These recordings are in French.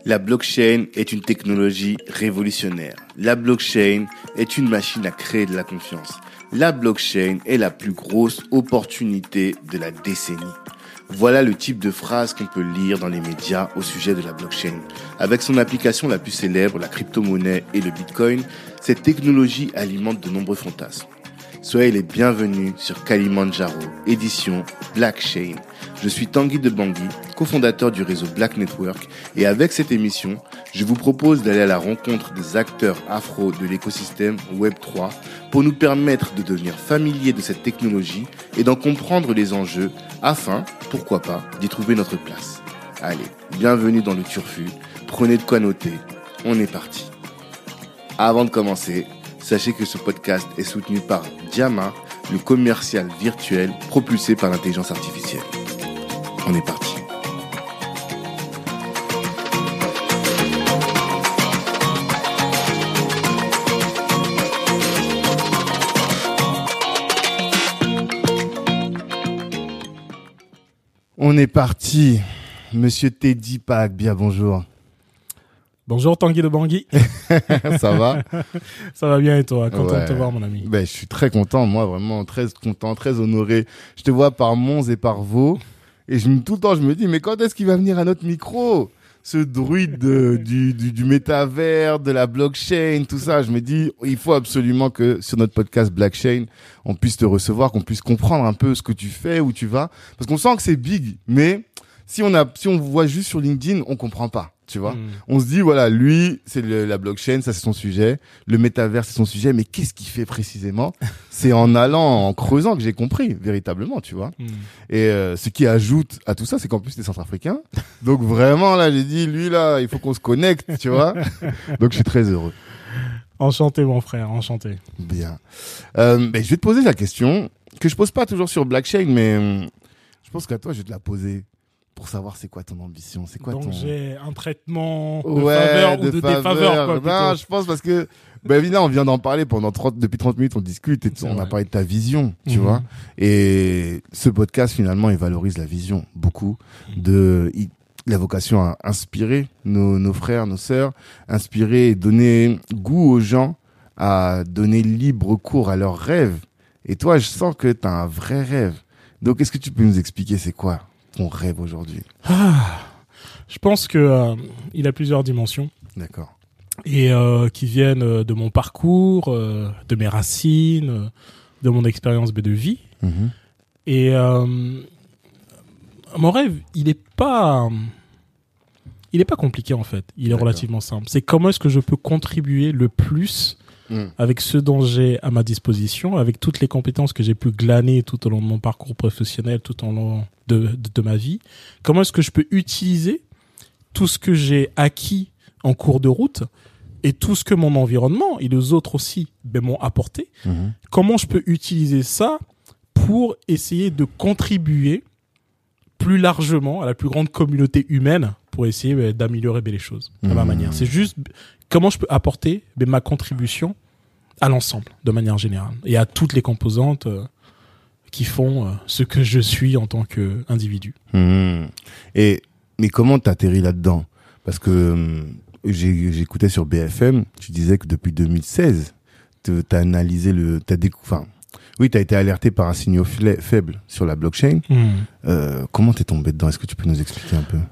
La blockchain est une technologie révolutionnaire. La blockchain est une machine à créer de la confiance. La blockchain est la plus grosse opportunité de la décennie. Voilà le type de phrase qu'on peut lire dans les médias au sujet de la blockchain. Avec son application la plus célèbre, la crypto-monnaie et le bitcoin, cette technologie alimente de nombreux fantasmes. Soyez les bienvenus sur Kalimandjaro, édition Blackchain. Je suis Tanguy de Bangui, cofondateur du réseau Black Network, et avec cette émission, je vous propose d'aller à la rencontre des acteurs afro de l'écosystème Web3 pour nous permettre de devenir familiers de cette technologie et d'en comprendre les enjeux afin, pourquoi pas, d'y trouver notre place. Allez, bienvenue dans le Turfu, prenez de quoi noter, on est parti. Avant de commencer, sachez que ce podcast est soutenu par Diama, le commercial virtuel propulsé par l'intelligence artificielle. On est parti. On est parti. Monsieur Teddy Pack, bien bonjour. Bonjour Tanguy de Bangui. Ça va? Ça va bien et toi? Content de te voir mon ami. Ben, je suis très content, moi vraiment très content, très honoré. Je te vois par Mons et par Vaux et tout le temps je me dis mais quand est-ce qu'il va venir à notre micro? Ce druide du métavers, de la blockchain, tout ça. Je me dis il faut absolument que sur notre podcast Blackchain, on puisse te recevoir, qu'on puisse comprendre un peu ce que tu fais, où tu vas, parce qu'on sent que c'est big, mais si on voit juste sur LinkedIn, on comprend pas. Tu vois, on se dit voilà, lui c'est la blockchain, ça c'est son sujet, le métavers c'est son sujet, mais qu'est-ce qu'il fait précisément? C'est en en creusant que j'ai compris véritablement, tu vois. Et ce qui ajoute à tout ça, c'est qu'en plus t'es centrafricain, donc vraiment là j'ai dit lui là il faut qu'on se connecte, tu vois. Donc je suis très heureux. Enchanté mon frère, enchanté. Bien. Je vais te poser la question que je pose pas toujours sur blockchain, mais je pense qu'à toi je vais te la poser. Pour savoir c'est quoi ton ambition, c'est quoi donc j'ai un traitement de faveur ou de défaveur quoi. Non, je pense parce que évidemment on vient d'en parler depuis 30 minutes, on discute et on a parlé de ta vision, tu vois. Et ce podcast finalement il valorise la vision beaucoup la vocation à inspirer nos frères, nos sœurs, inspirer et donner goût aux gens à donner libre cours à leurs rêves. Et toi, je sens que tu as un vrai rêve. Donc est-ce que tu peux nous expliquer c'est quoi ton rêve aujourd'hui? Je pense que il a plusieurs dimensions. D'accord. Et qui viennent de mon parcours, de mes racines, de mon expérience de vie. Et mon rêve, il est pas compliqué en fait. Il est relativement simple. C'est comment est-ce que je peux contribuer le plus avec ce dont j'ai à ma disposition, avec toutes les compétences que j'ai pu glaner tout au long de mon parcours professionnel, tout au long de ma vie. Comment est-ce que je peux utiliser tout ce que j'ai acquis en cours de route et tout ce que mon environnement et les autres aussi m'ont apporté. Comment je peux utiliser ça pour essayer de contribuer plus largement à la plus grande communauté humaine pour essayer d'améliorer les choses à ma manière. C'est juste comment je peux apporter ma contribution à l'ensemble de manière générale et à toutes les composantes qui font ce que je suis en tant qu'individu. Mais comment t'atterris là-dedans? Parce que j'écoutais sur BFM, tu disais que depuis 2016, t'as analysé t'as été alerté par un signal faible sur la blockchain. Comment t'es tombé dedans? Est-ce que tu peux nous expliquer un peu?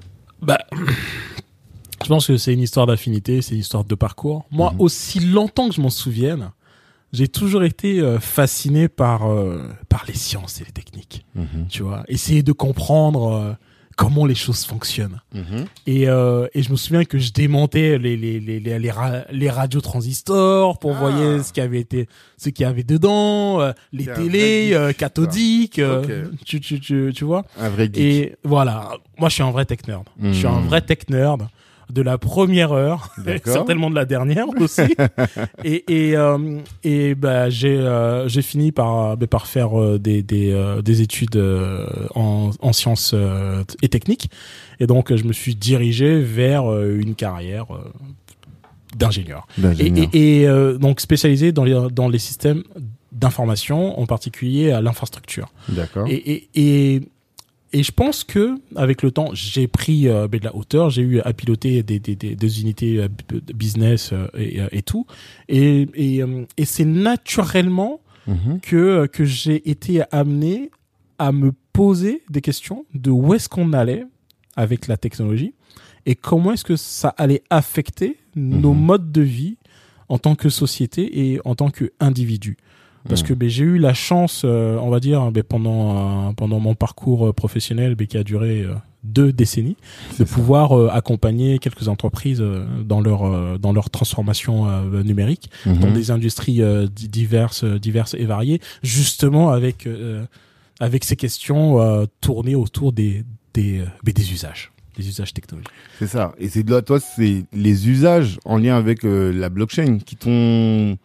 Je pense que c'est une histoire d'affinité, c'est une histoire de parcours. Moi, aussi longtemps que je m'en souvienne, j'ai toujours été fasciné par les sciences et les techniques. Tu vois, essayer de comprendre comment les choses fonctionnent. Et je me souviens que je démontais les radiotransistors pour voir ce qu'il y avait dedans, les télés cathodiques, tu vois. Un vrai geek. Et voilà, moi je suis un vrai tech nerd. Je suis un vrai tech nerd de la première heure, certainement de la dernière aussi. J'ai fini par faire des études en sciences et techniques. Et donc, je me suis dirigé vers une carrière d'ingénieur. Donc, spécialisé dans les systèmes d'information, en particulier à l'infrastructure. D'accord. Et Et je pense que avec le temps, j'ai pris de la hauteur, j'ai eu à piloter des unités business et tout, et c'est naturellement que j'ai été amené à me poser des questions de où est-ce qu'on allait avec la technologie et comment est-ce que ça allait affecter nos modes de vie en tant que société et en tant qu'individu. Parce que j'ai eu la chance, on va dire, pendant mon parcours professionnel qui a duré 2 décennies, de pouvoir accompagner quelques entreprises dans leur transformation numérique, dans des industries diverses et variées, justement avec ces questions tournées autour des usages. Des usages technologiques. C'est ça. Et c'est là, toi, c'est les usages en lien avec la blockchain qui t'ont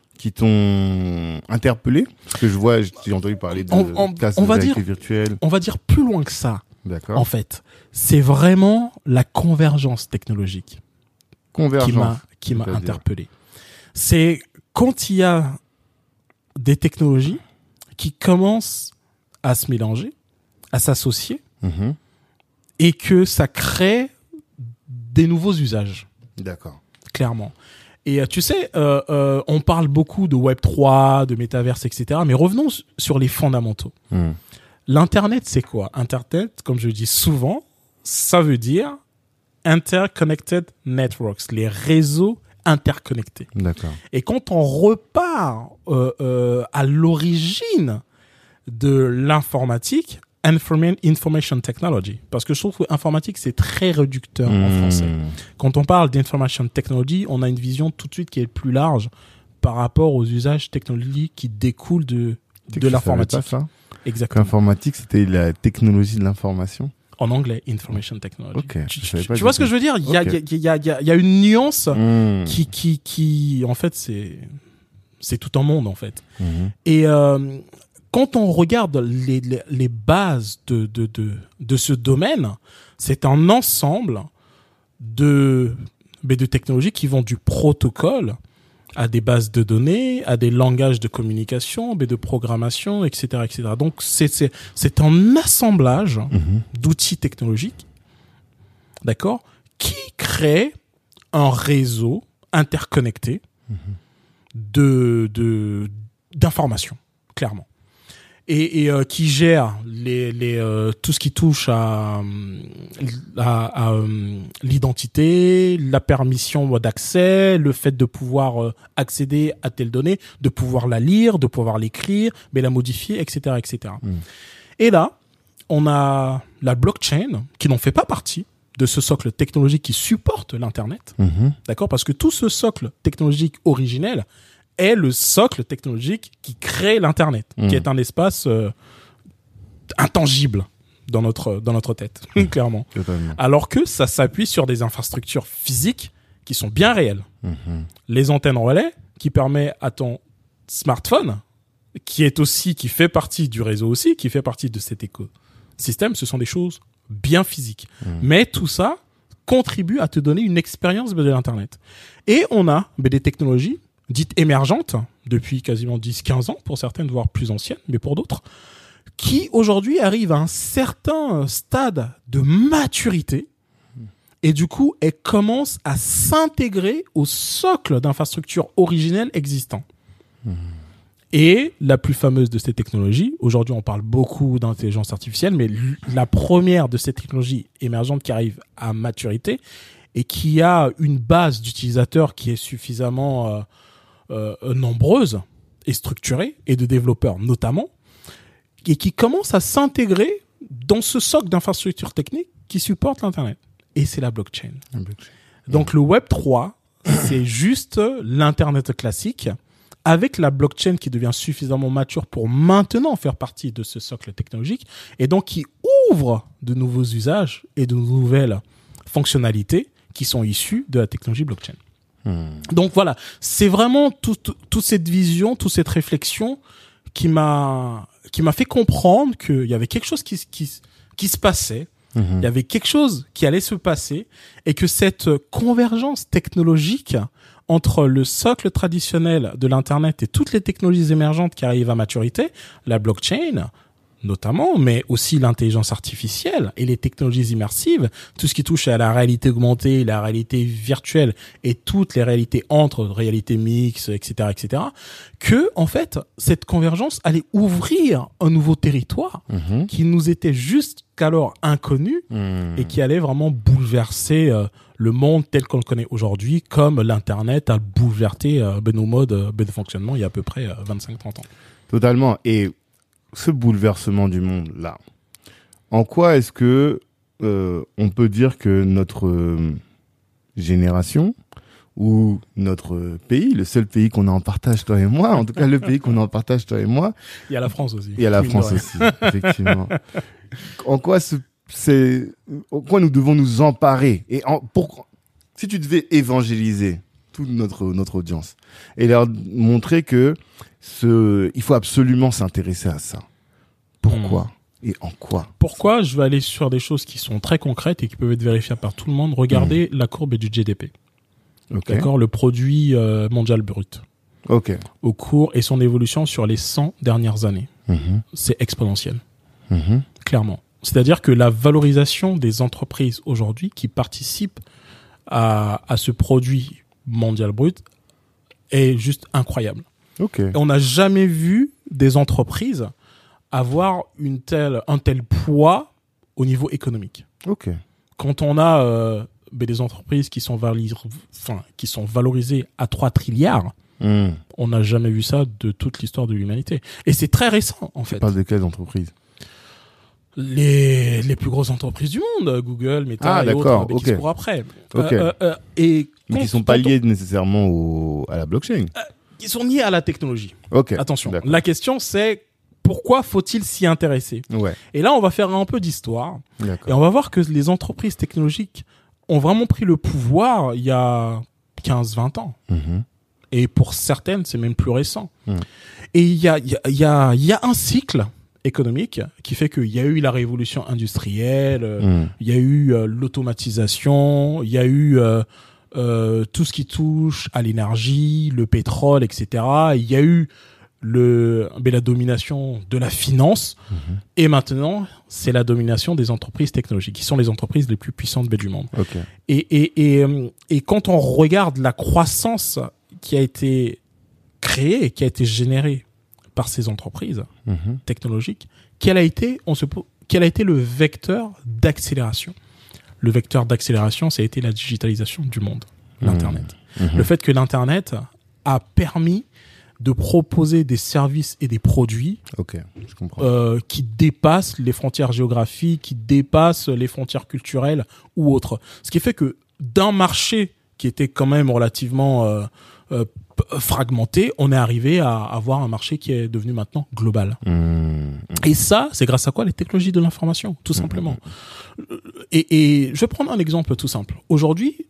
interpellé. Parce que j'ai entendu parler de casques de réalité virtuelle. On va dire plus loin que ça. D'accord. En fait, c'est vraiment la convergence technologique qui m'a interpellé. C'est quand il y a des technologies qui commencent à se mélanger, à s'associer, et que ça crée des nouveaux usages. D'accord. Clairement. Et tu sais, on parle beaucoup de Web3, de métaverse, etc. Mais revenons sur les fondamentaux. L'Internet, c'est quoi? Internet, comme je dis souvent, ça veut dire Interconnected Networks, les réseaux interconnectés. D'accord. Et quand on repart à l'origine de l'informatique, Information Technology, parce que je trouve que informatique c'est très réducteur en français. Quand on parle d'Information Technology, on a une vision tout de suite qui est plus large par rapport aux usages technologiques qui découlent de l'informatique. Ça exactement. L'informatique, c'était la technologie de l'information. En anglais, Information Technology. Okay, tu vois ce que je veux dire? Il y a une nuance qui en fait c'est tout un monde en fait. Et quand on regarde les bases de ce domaine, c'est un ensemble de technologies qui vont du protocole à des bases de données, à des langages de communication, de programmation, etc., etc. Donc c'est un assemblage d'outils technologiques, d'accord, qui crée un réseau interconnecté d'informations, clairement. Et qui gère tout ce qui touche à l'identité, la permission d'accès, le fait de pouvoir accéder à telle donnée, de pouvoir la lire, de pouvoir l'écrire, mais la modifier, etc., etc. Et là, on a la blockchain qui n'en fait pas partie de ce socle technologique qui supporte l'Internet, d'accord, parce que tout ce socle technologique originel est le socle technologique qui crée l'Internet, qui est un espace intangible dans notre tête, clairement. Totalement. Alors que ça s'appuie sur des infrastructures physiques qui sont bien réelles. Les antennes relais qui permettent à ton smartphone, qui fait partie du réseau aussi, qui fait partie de cet écosystème, ce sont des choses bien physiques. Mais tout ça contribue à te donner une expérience de l'Internet. Et on a des technologies dites émergentes, depuis quasiment 10-15 ans, pour certaines, voire plus anciennes, mais pour d'autres, qui aujourd'hui arrivent à un certain stade de maturité, et du coup, elles commencent à s'intégrer au socle d'infrastructures originelles existants. Et la plus fameuse de ces technologies, aujourd'hui on parle beaucoup d'intelligence artificielle, mais la première de ces technologies émergentes qui arrive à maturité, et qui a une base d'utilisateurs qui est suffisamment nombreuses et structurées, et de développeurs notamment, et qui commencent à s'intégrer dans ce socle d'infrastructures techniques qui supporte l'Internet. Et c'est la blockchain. Donc le Web 3, c'est juste l'Internet classique, avec la blockchain qui devient suffisamment mature pour maintenant faire partie de ce socle technologique, et donc qui ouvre de nouveaux usages et de nouvelles fonctionnalités qui sont issues de la technologie blockchain. Donc voilà, c'est vraiment toute cette vision, toute cette réflexion qui m'a fait comprendre qu'il y avait quelque chose qui se passait, il y avait quelque chose qui allait se passer, et que cette convergence technologique entre le socle traditionnel de l'Internet et toutes les technologies émergentes qui arrivent à maturité, la blockchain, notamment, mais aussi l'intelligence artificielle et les technologies immersives, tout ce qui touche à la réalité augmentée, la réalité virtuelle et toutes les réalités entre réalité mixte, etc., etc., que, en fait, cette convergence allait ouvrir un nouveau territoire qui nous était jusqu'alors inconnu et qui allait vraiment bouleverser le monde tel qu'on le connaît aujourd'hui, comme l'Internet a bouleversé nos modes de fonctionnement il y a à peu près 25-30 ans. Totalement. Et ce bouleversement du monde là, en quoi est-ce que on peut dire que notre génération ou notre pays, le seul pays qu'on a en partage toi et moi, en tout cas le pays qu'on a en partage toi et moi, il y a la France aussi. Il y a la France aussi, effectivement. En quoi nous devons nous emparer et si tu devais évangéliser toute notre audience et leur montrer que il faut absolument s'intéresser à ça. Pourquoi et en quoi? Pourquoi? Je vais aller sur des choses qui sont très concrètes et qui peuvent être vérifiables par tout le monde. Regardez la courbe du GDP. Okay. D'accord, le produit mondial brut. Ok. Au cours et son évolution sur les 100 dernières années. C'est exponentiel. Clairement. C'est-à-dire que la valorisation des entreprises aujourd'hui qui participent à ce produit mondial brut est juste incroyable. Okay. Et on n'a jamais vu des entreprises avoir un tel poids au niveau économique. Okay. Quand on a des entreprises qui sont valorisées à 3 trilliards, on n'a jamais vu ça de toute l'histoire de l'humanité. Et c'est très récent, en fait. Tu parles de quelles entreprises? Les plus grosses entreprises du monde, Google, Meta et autres, mais qui se courent après. Mais qui sont pas liés nécessairement à la blockchain. Ils sont liés à la technologie. Attention. D'accord. La question, c'est pourquoi faut-il s'y intéresser? Et là, on va faire un peu d'histoire. Et on va voir que les entreprises technologiques ont vraiment pris le pouvoir il y a 15-20 ans. Et pour certaines, c'est même plus récent. Et il y a un cycle économique qui fait qu'il y a eu la révolution industrielle, il y a eu l'automatisation, il y a eu tout ce qui touche à l'énergie, le pétrole, etc. Il y a eu la domination de la finance et maintenant c'est la domination des entreprises technologiques qui sont les entreprises les plus puissantes du monde. Et quand on regarde la croissance qui a été créée, qui a été générée par ces entreprises technologiques, quel a été le vecteur d'accélération? Le vecteur d'accélération, ça a été la digitalisation du monde, l'Internet. Le fait que l'Internet a permis de proposer des services et des produits je comprends. Qui dépassent les frontières géographiques, qui dépassent les frontières culturelles ou autres. Ce qui fait que d'un marché qui était quand même relativement fragmenté, on est arrivé à avoir un marché qui est devenu maintenant global. Et ça, c'est grâce à quoi? Les technologies de l'information, tout simplement. Et je vais prendre un exemple tout simple. Aujourd'hui,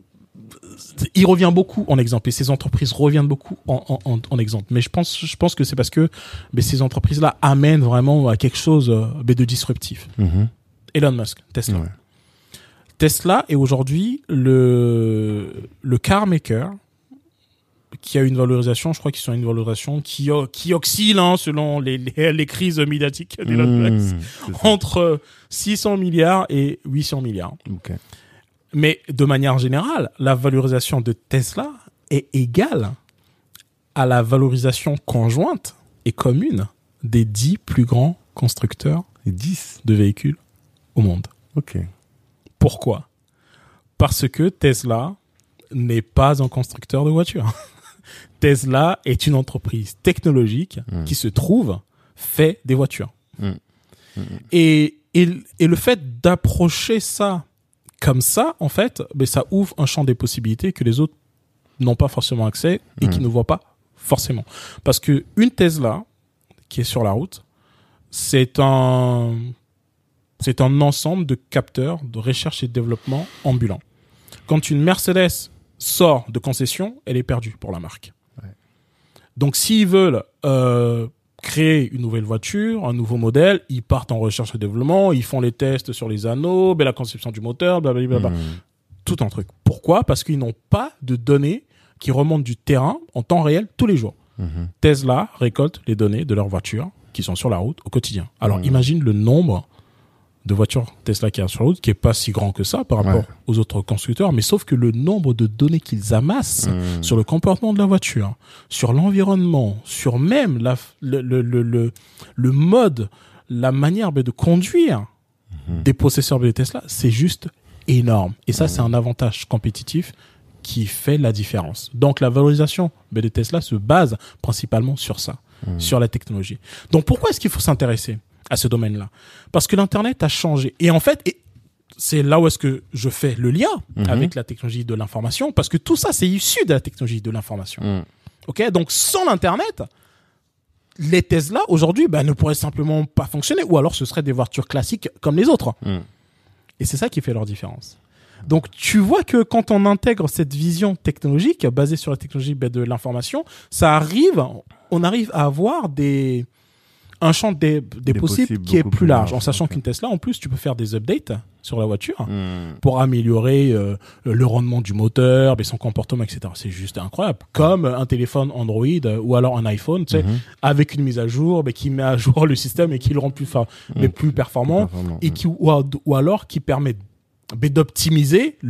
il revient beaucoup en exemple, et ces entreprises reviennent beaucoup en exemple. Mais je pense que c'est parce que ces entreprises-là amènent vraiment à quelque chose de disruptif. Elon Musk, Tesla. Tesla est aujourd'hui le car maker qui a une valorisation, je crois qu'ils sont à une valorisation qui oscille selon les crises médiatiques d'Elon Musk, entre 600 milliards et 800 milliards. Mais de manière générale, la valorisation de Tesla est égale à la valorisation conjointe et commune des 10 plus grands constructeurs de véhicules au monde. Pourquoi? Parce que Tesla n'est pas un constructeur de voitures. Tesla est une entreprise technologique qui se trouve fait des voitures. Et le fait d'approcher ça comme ça, en fait, ça ouvre un champ des possibilités que les autres n'ont pas forcément accès et qui ne voient pas forcément. Parce que une Tesla qui est sur la route, c'est un ensemble de capteurs de recherche et de développement ambulants. Quand une Mercedes sort de concession, elle est perdue pour la marque. Donc, s'ils veulent créer une nouvelle voiture, un nouveau modèle, ils partent en recherche et développement, ils font les tests sur les anneaux, la conception du moteur, blablabla. Tout un truc. Pourquoi? Parce qu'ils n'ont pas de données qui remontent du terrain en temps réel tous les jours. Tesla récolte les données de leur voiture qui sont sur la route au quotidien. Alors, imagine le nombre de voitures Tesla qui y a sur la route, qui est pas si grand que ça par rapport aux autres constructeurs, mais sauf que le nombre de données qu'ils amassent sur le comportement de la voiture, sur l'environnement, sur même le mode, la manière de conduire des possesseurs de Tesla, c'est juste énorme. Et ça, c'est un avantage compétitif qui fait la différence. Donc, la valorisation de Tesla se base principalement sur ça, sur la technologie. Donc, pourquoi est-ce qu'il faut s'intéresser à ce domaine-là? Parce que l'Internet a changé. Et en fait, c'est là où est-ce que je fais le lien avec la technologie de l'information, parce que tout ça, c'est issu de la technologie de l'information. Ok? Donc, sans l'Internet, les Tesla, aujourd'hui, ne pourraient simplement pas fonctionner, ou alors ce seraient des voitures classiques comme les autres. Et c'est ça qui fait leur différence. Donc, tu vois que quand on intègre cette vision technologique basée sur la technologie de l'information, on arrive à avoir un champ des possibles qui est plus large, en sachant qu'une Tesla, en plus, tu peux faire des updates sur la voiture pour améliorer le rendement du moteur, son comportement, etc. C'est juste incroyable. Comme un téléphone Android ou alors un iPhone, tu sais, avec une mise à jour, qui met à jour le système et qui le rend plus performant, et ou alors qui permet d'optimiser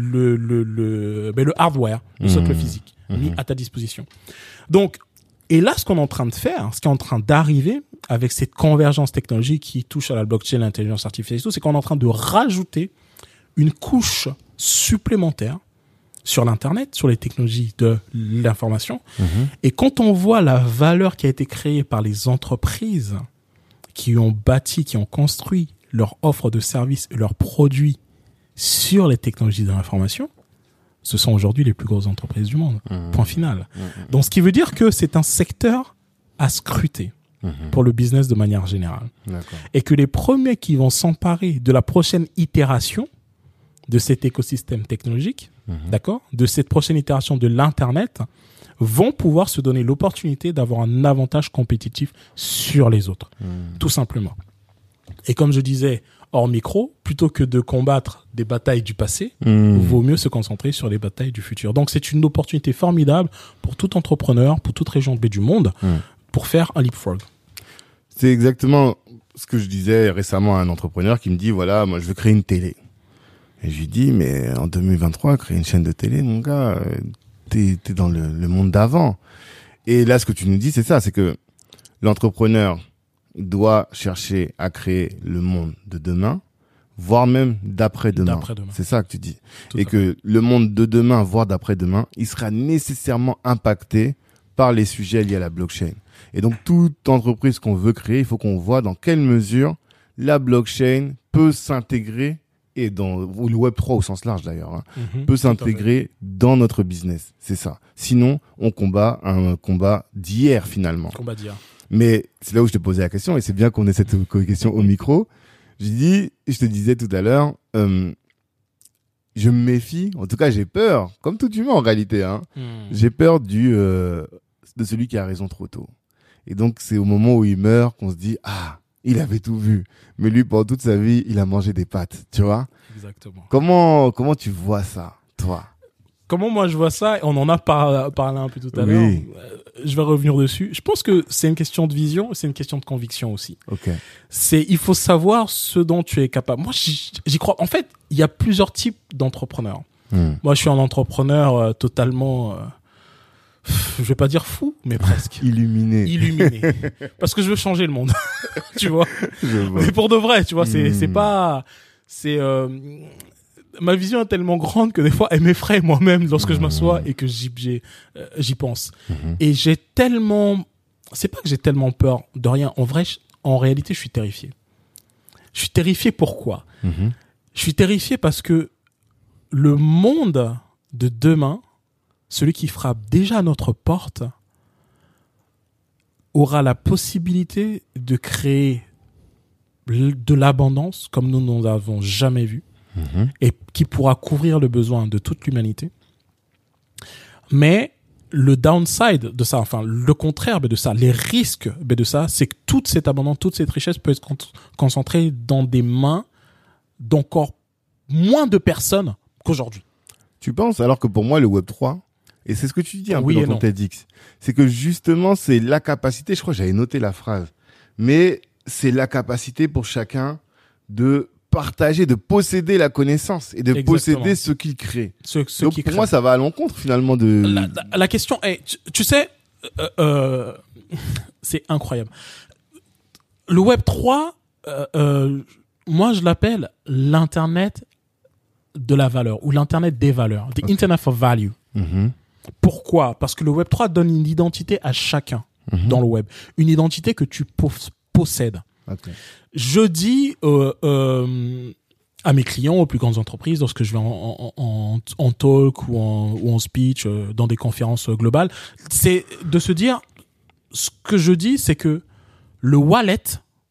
le hardware, le socle physique mis à ta disposition. Donc, et là, ce qu'on est en train de faire, ce qui est en train d'arriver avec cette convergence technologique qui touche à la blockchain, l'intelligence artificielle et tout, c'est qu'on est en train de rajouter une couche supplémentaire sur l'Internet, sur les technologies de l'information. Et quand on voit la valeur qui a été créée par les entreprises qui ont bâti, qui ont construit leur offre de services et leurs produits sur les technologies de l'information, ce sont aujourd'hui les plus grosses entreprises du monde. Point final. Donc, ce qui veut dire que c'est un secteur à scruter pour le business de manière générale. Et que les premiers qui vont s'emparer de la prochaine itération de cet écosystème technologique, d'accord, de cette prochaine itération de l'Internet, vont pouvoir se donner l'opportunité d'avoir un avantage compétitif sur les autres. Tout simplement. Et comme je disais hors micro, plutôt que de combattre des batailles du passé, vaut mieux se concentrer sur les batailles du futur. Donc, c'est une opportunité formidable pour tout entrepreneur, pour toute région du monde, pour faire un leapfrog. C'est exactement ce que je disais récemment à un entrepreneur qui me dit, voilà, moi, je veux créer une télé. Et je lui dis, mais en 2023, créer une chaîne de télé, mon gars, t'es dans le monde d'avant. Et là, ce que tu nous dis, c'est ça, c'est que l'entrepreneur doit chercher à créer le monde de demain, voire même d'après-demain. C'est ça que tu dis. Et que le monde de demain, voire d'après-demain, il sera nécessairement impacté par les sujets liés à la blockchain. Et donc, toute entreprise qu'on veut créer, il faut qu'on voit dans quelle mesure la blockchain peut s'intégrer, ou le Web3 au sens large d'ailleurs, peut s'intégrer dans notre business. C'est ça. Sinon, on combat un combat d'hier finalement. Combat d'hier. Mais c'est là où je te posais la question, et c'est bien qu'on ait cette question au micro. Je te disais tout à l'heure, je me méfie, en tout cas j'ai peur, comme tout humain en réalité, j'ai peur de celui qui a raison trop tôt. Et donc c'est au moment où il meurt qu'on se dit, il avait tout vu. Mais lui, pendant toute sa vie, il a mangé des pâtes, tu vois? Exactement. Comment tu vois ça, toi? Comment moi je vois ça? On en a parlé un peu tout à l'heure. Je vais revenir dessus. Je pense que c'est une question de vision, c'est une question de conviction aussi. Il faut savoir ce dont tu es capable. Moi, j'y crois. En fait, il y a plusieurs types d'entrepreneurs. Moi, je suis un entrepreneur totalement, je vais pas dire fou, mais presque. Illuminé. Parce que je veux changer le monde. Tu vois? Mais pour de vrai, tu vois, c'est pas, ma vision est tellement grande que des fois elle m'effraie moi-même lorsque je m'assois et que j'y pense. Et c'est pas que j'ai tellement peur de rien. En réalité, je suis terrifié. Je suis terrifié pourquoi? Je suis terrifié parce que le monde de demain, celui qui frappe déjà à notre porte, aura la possibilité de créer de l'abondance comme nous n'en avons jamais vu. Et qui pourra couvrir le besoin de toute l'humanité. Mais le downside de ça, enfin le contraire de ça, les risques de ça, c'est que toute cette abondance, toute cette richesse peut être concentrée dans des mains d'encore moins de personnes qu'aujourd'hui. Tu penses? Alors que pour moi, le Web3, et c'est ce que tu dis un peu dans ton TEDx, c'est que justement, c'est la capacité, je crois que j'avais noté la phrase, mais c'est la capacité pour chacun de partager, de posséder la connaissance et de posséder ce qu'il crée. Donc pour moi, ça va à l'encontre finalement de... La question est, tu sais, c'est incroyable. Le Web 3, moi je l'appelle l'Internet de la valeur ou l'Internet des valeurs, the Internet of Value. Pourquoi ? Parce que le Web 3 donne une identité à chacun dans le web, une identité que tu possèdes. Okay. Je dis à mes clients, aux plus grandes entreprises, lorsque je vais en talk ou en speech, dans des conférences globales, c'est de se dire, ce que je dis, c'est que le wallet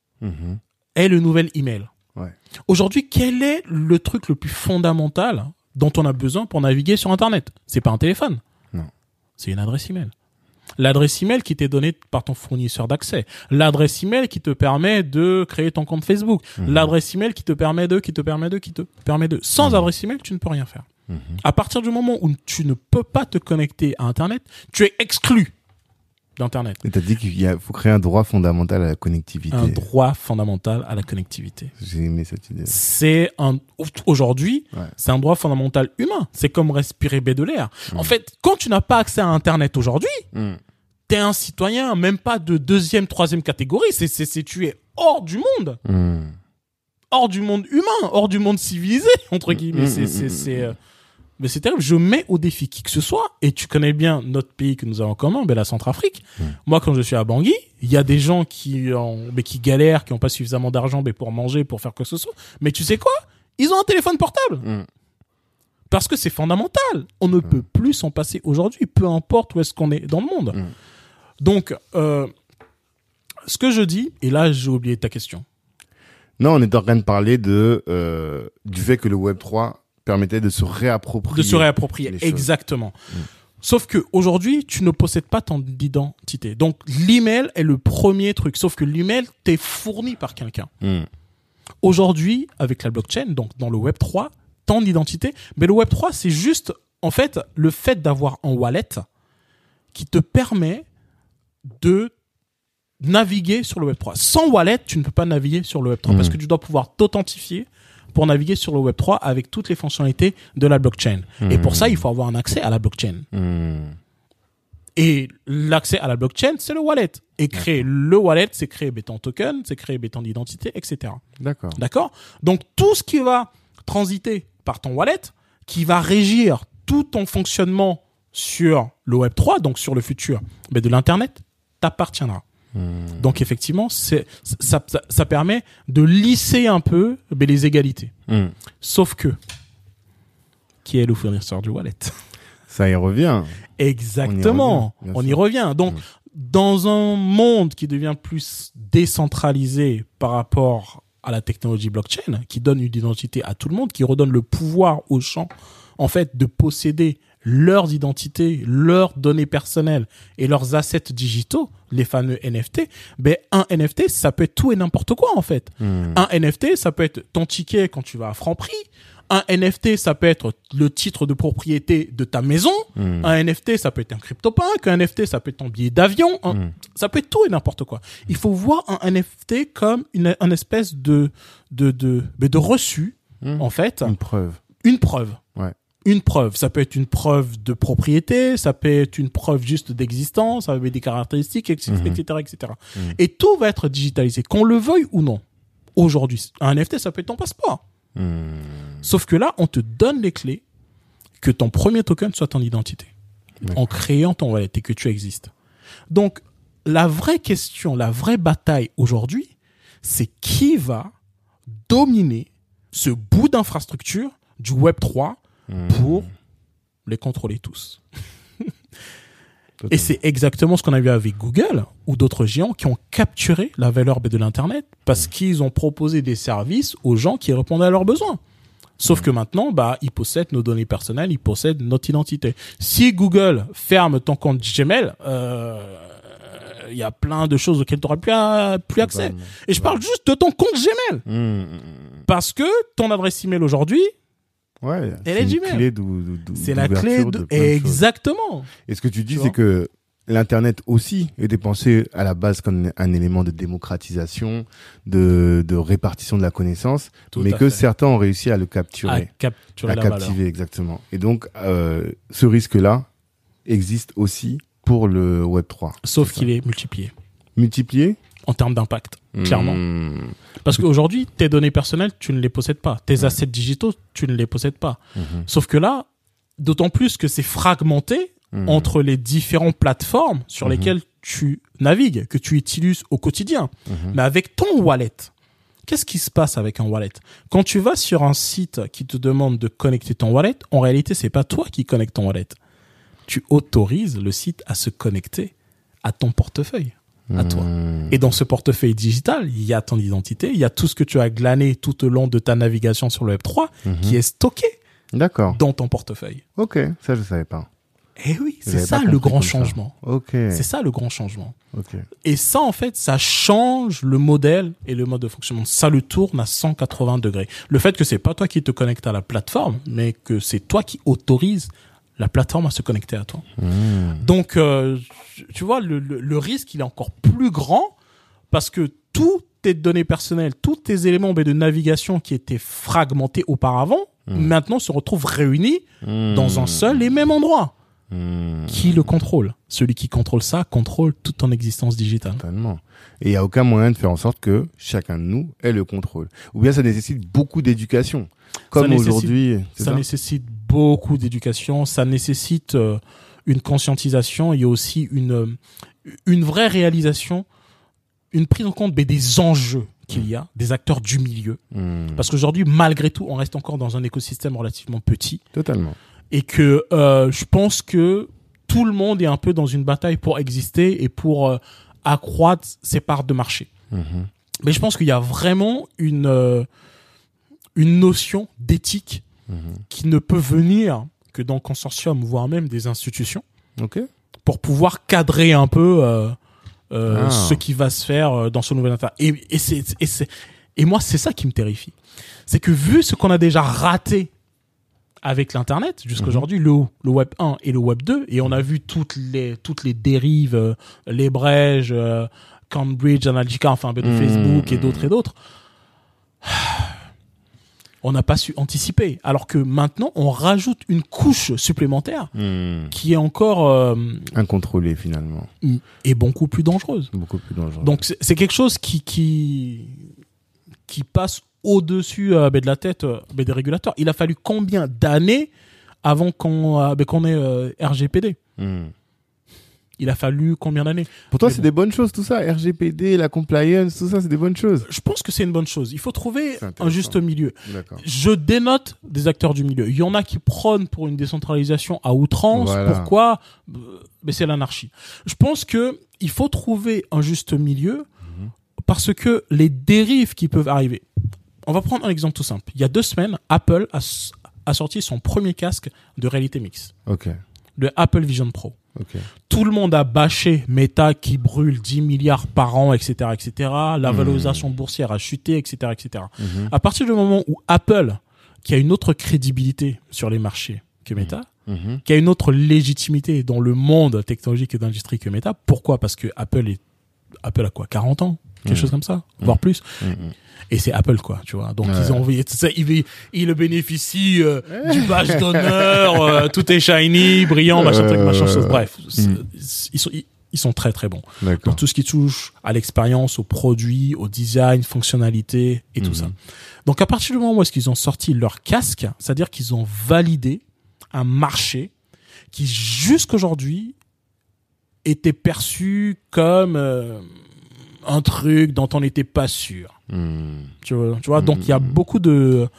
est le nouvel email. Ouais. Aujourd'hui, quel est le truc le plus fondamental dont on a besoin pour naviguer sur Internet ? C'est pas un téléphone. Non. C'est une adresse email. L'adresse email qui t'est donnée par ton fournisseur d'accès. L'adresse email qui te permet de créer ton compte Facebook. L'adresse email qui te permet de. Sans adresse email, tu ne peux rien faire. À partir du moment où tu ne peux pas te connecter à Internet, tu es exclu d'Internet. Et t'as dit qu'il faut créer un droit fondamental à la connectivité. Un droit fondamental à la connectivité. J'ai aimé cette idée. Aujourd'hui, c'est un droit fondamental humain. C'est comme respirer baie de l'air. En fait, quand tu n'as pas accès à Internet aujourd'hui, t'es un citoyen, même pas de deuxième, troisième catégorie. Tu es hors du monde. Hors du monde humain, hors du monde civilisé, entre guillemets. Mais c'est terrible. Je mets au défi qui que ce soit, et tu connais bien notre pays que nous avons en commun, la Centrafrique. Moi, quand je suis à Bangui, il y a des gens qui galèrent, qui n'ont pas suffisamment d'argent pour manger, pour faire quoi que ce soit. Mais tu sais quoi ? Ils ont un téléphone portable. Parce que c'est fondamental. On ne peut plus s'en passer aujourd'hui, peu importe où est-ce qu'on est dans le monde. Donc, ce que je dis, et là, j'ai oublié ta question. Non, on est en train de parler du fait que le Web 3 permettait de se réapproprier. Exactement. Sauf que aujourd'hui, tu ne possèdes pas ton identité. Donc, l'email est le premier truc. Sauf que l'email t'est fourni par quelqu'un. Aujourd'hui, avec la blockchain, donc dans le Web 3, ton identité, mais le Web 3, c'est juste, en fait, le fait d'avoir un wallet qui te permet de naviguer sur le Web 3. Sans wallet, tu ne peux pas naviguer sur le Web 3 parce que tu dois pouvoir t'authentifier pour naviguer sur le Web 3 avec toutes les fonctionnalités de la blockchain. Et pour ça, il faut avoir un accès à la blockchain. Et l'accès à la blockchain, c'est le wallet. Et créer le wallet, c'est créer ton token, c'est créer ton identité, etc. D'accord ? Donc, tout ce qui va transiter par ton wallet, qui va régir tout ton fonctionnement sur le Web 3, donc sur le futur de l'Internet, t'appartiendra. Donc effectivement, ça permet de lisser un peu les égalités. Sauf que, qui est le fournisseur du wallet ? Ça y revient. Exactement. On y revient. Donc, dans un monde qui devient plus décentralisé par rapport à la technologie blockchain, qui donne une identité à tout le monde, qui redonne le pouvoir aux gens, en fait, de posséder leurs identités, leurs données personnelles et leurs assets digitaux, les fameux NFT, un NFT, ça peut être tout et n'importe quoi, en fait. Un NFT, ça peut être ton ticket quand tu vas à Franprix. Un NFT, ça peut être le titre de propriété de ta maison. Un NFT, ça peut être un CryptoPunk. Un NFT, ça peut être ton billet d'avion. Ça peut être tout et n'importe quoi. Il faut voir un NFT comme une espèce de reçu, en fait. Une preuve. Ouais. Une preuve. Ça peut être une preuve de propriété, ça peut être une preuve juste d'existence, avec des caractéristiques, etc., etc. Et tout va être digitalisé, qu'on le veuille ou non. Aujourd'hui, un NFT, ça peut être ton passeport. Sauf que là, on te donne les clés que ton premier token soit ton identité. En créant ton wallet et que tu existes. Donc, la vraie question, la vraie bataille aujourd'hui, c'est qui va dominer ce bout d'infrastructure du Web 3 pour les contrôler tous. Et c'est exactement ce qu'on a vu avec Google ou d'autres géants qui ont capturé la valeur de l'Internet parce qu'ils ont proposé des services aux gens qui répondaient à leurs besoins. Sauf que maintenant, ils possèdent nos données personnelles, ils possèdent notre identité. Si Google ferme ton compte Gmail, il y a plein de choses auxquelles tu n'auras plus accès. Et je parle juste de ton compte Gmail. Parce que ton adresse email aujourd'hui, elle est Gmail. C'est la clé c'est la clé de... Exactement. Et ce que tu dis, c'est que l'Internet aussi était pensé à la base comme un élément de démocratisation, de répartition de la connaissance, mais que certains ont réussi à le capturer. À captiver, exactement. Et donc, ce risque-là existe aussi pour le Web3. Sauf qu'il est multiplié. Multiplié? En termes d'impact, clairement. Parce qu'aujourd'hui, tes données personnelles, tu ne les possèdes pas. Tes assets digitaux, tu ne les possèdes pas. Sauf que là, d'autant plus que c'est fragmenté entre les différentes plateformes sur lesquelles tu navigues, que tu utilises au quotidien. Mais avec ton wallet, qu'est-ce qui se passe avec un wallet? Quand tu vas sur un site qui te demande de connecter ton wallet, en réalité, c'est pas toi qui connectes ton wallet. Tu autorises le site à se connecter à ton portefeuille. À toi. Et dans ce portefeuille digital, il y a ton identité, il y a tout ce que tu as glané tout au long de ta navigation sur le Web3 qui est stocké dans ton portefeuille. Ok, ça je savais pas. Eh oui, c'est ça le grand changement. Ok. C'est ça le grand changement. Ok. Et ça, en fait, ça change le modèle et le mode de fonctionnement. Ça le tourne à 180 degrés. Le fait que c'est pas toi qui te connectes à la plateforme, mais que c'est toi qui autorise la plateforme à se connecter à toi. Donc, tu vois, le risque, il est encore plus grand parce que toutes tes données personnelles, tous tes éléments de navigation qui étaient fragmentés auparavant, maintenant se retrouvent réunis dans un seul et même endroit. Qui le contrôle? Celui qui contrôle ça contrôle toute ton existence digitale. Totalement. Et il n'y a aucun moyen de faire en sorte que chacun de nous ait le contrôle. Ou bien ça nécessite beaucoup d'éducation. Comme aujourd'hui. Ça nécessite beaucoup d'éducation, ça nécessite une conscientisation et aussi une vraie réalisation, une prise en compte des enjeux qu'il y a, des acteurs du milieu. Parce qu'aujourd'hui, malgré tout, on reste encore dans un écosystème relativement petit. Totalement. Et que je pense que tout le monde est un peu dans une bataille pour exister et pour accroître ses parts de marché. Mais je pense qu'il y a vraiment une notion d'éthique qui ne peut venir que dans le consortium, voire même des institutions, pour pouvoir cadrer un peu ce qui va se faire dans ce nouvel internet. Et moi, c'est ça qui me terrifie. C'est que vu ce qu'on a déjà raté avec l'Internet, jusqu'aujourd'hui, le Web 1 et le Web 2, et on a vu toutes les dérives, les brèches, Cambridge Analytica, enfin, de Facebook et d'autres, on n'a pas su anticiper. Alors que maintenant, on rajoute une couche supplémentaire qui est encore... incontrôlée, finalement. Et beaucoup plus dangereuse. Beaucoup plus dangereuse. Donc, c'est quelque chose qui passe au-dessus de la tête des régulateurs. Il a fallu combien d'années avant qu'on ait RGPD? Il a fallu combien d'années? Pour toi, c'est des bonnes choses, tout ça? RGPD, la compliance, tout ça, c'est des bonnes choses? Je pense que c'est une bonne chose. Il faut trouver un juste milieu. D'accord. Je dénote des acteurs du milieu. Il y en a qui prônent pour une décentralisation à outrance. Voilà. Pourquoi? Mais c'est l'anarchie. Je pense que il faut trouver un juste milieu parce que les dérives qui peuvent arriver. On va prendre un exemple tout simple. Il y a 2 semaines, Apple a sorti son premier casque de réalité mixte. Le Apple Vision Pro. Tout le monde a bâché Meta qui brûle 10 milliards par an, etc., etc. La valorisation boursière a chuté, etc., etc. À partir du moment où Apple, qui a une autre crédibilité sur les marchés que Meta, qui a une autre légitimité dans le monde technologique et d'industrie que Meta, pourquoi? Parce que Apple a quoi? 40 ans? Quelque chose comme ça? Voire plus? Et c'est Apple, quoi, tu vois. Donc, ils ont envoyé ça, il bénéficie du badge d'honneur, tout est shiny, brillant, machin truc, machin chose. Bref, ils sont très, très bons. Dans tout ce qui touche à l'expérience, au produit, au design, fonctionnalité et tout ça. Donc, à partir du moment où est-ce qu'ils ont sorti leur casque, c'est-à-dire qu'ils ont validé un marché qui, jusqu'aujourd'hui, était perçu comme un truc dont on n'était pas sûr. Tu vois, donc il y a beaucoup de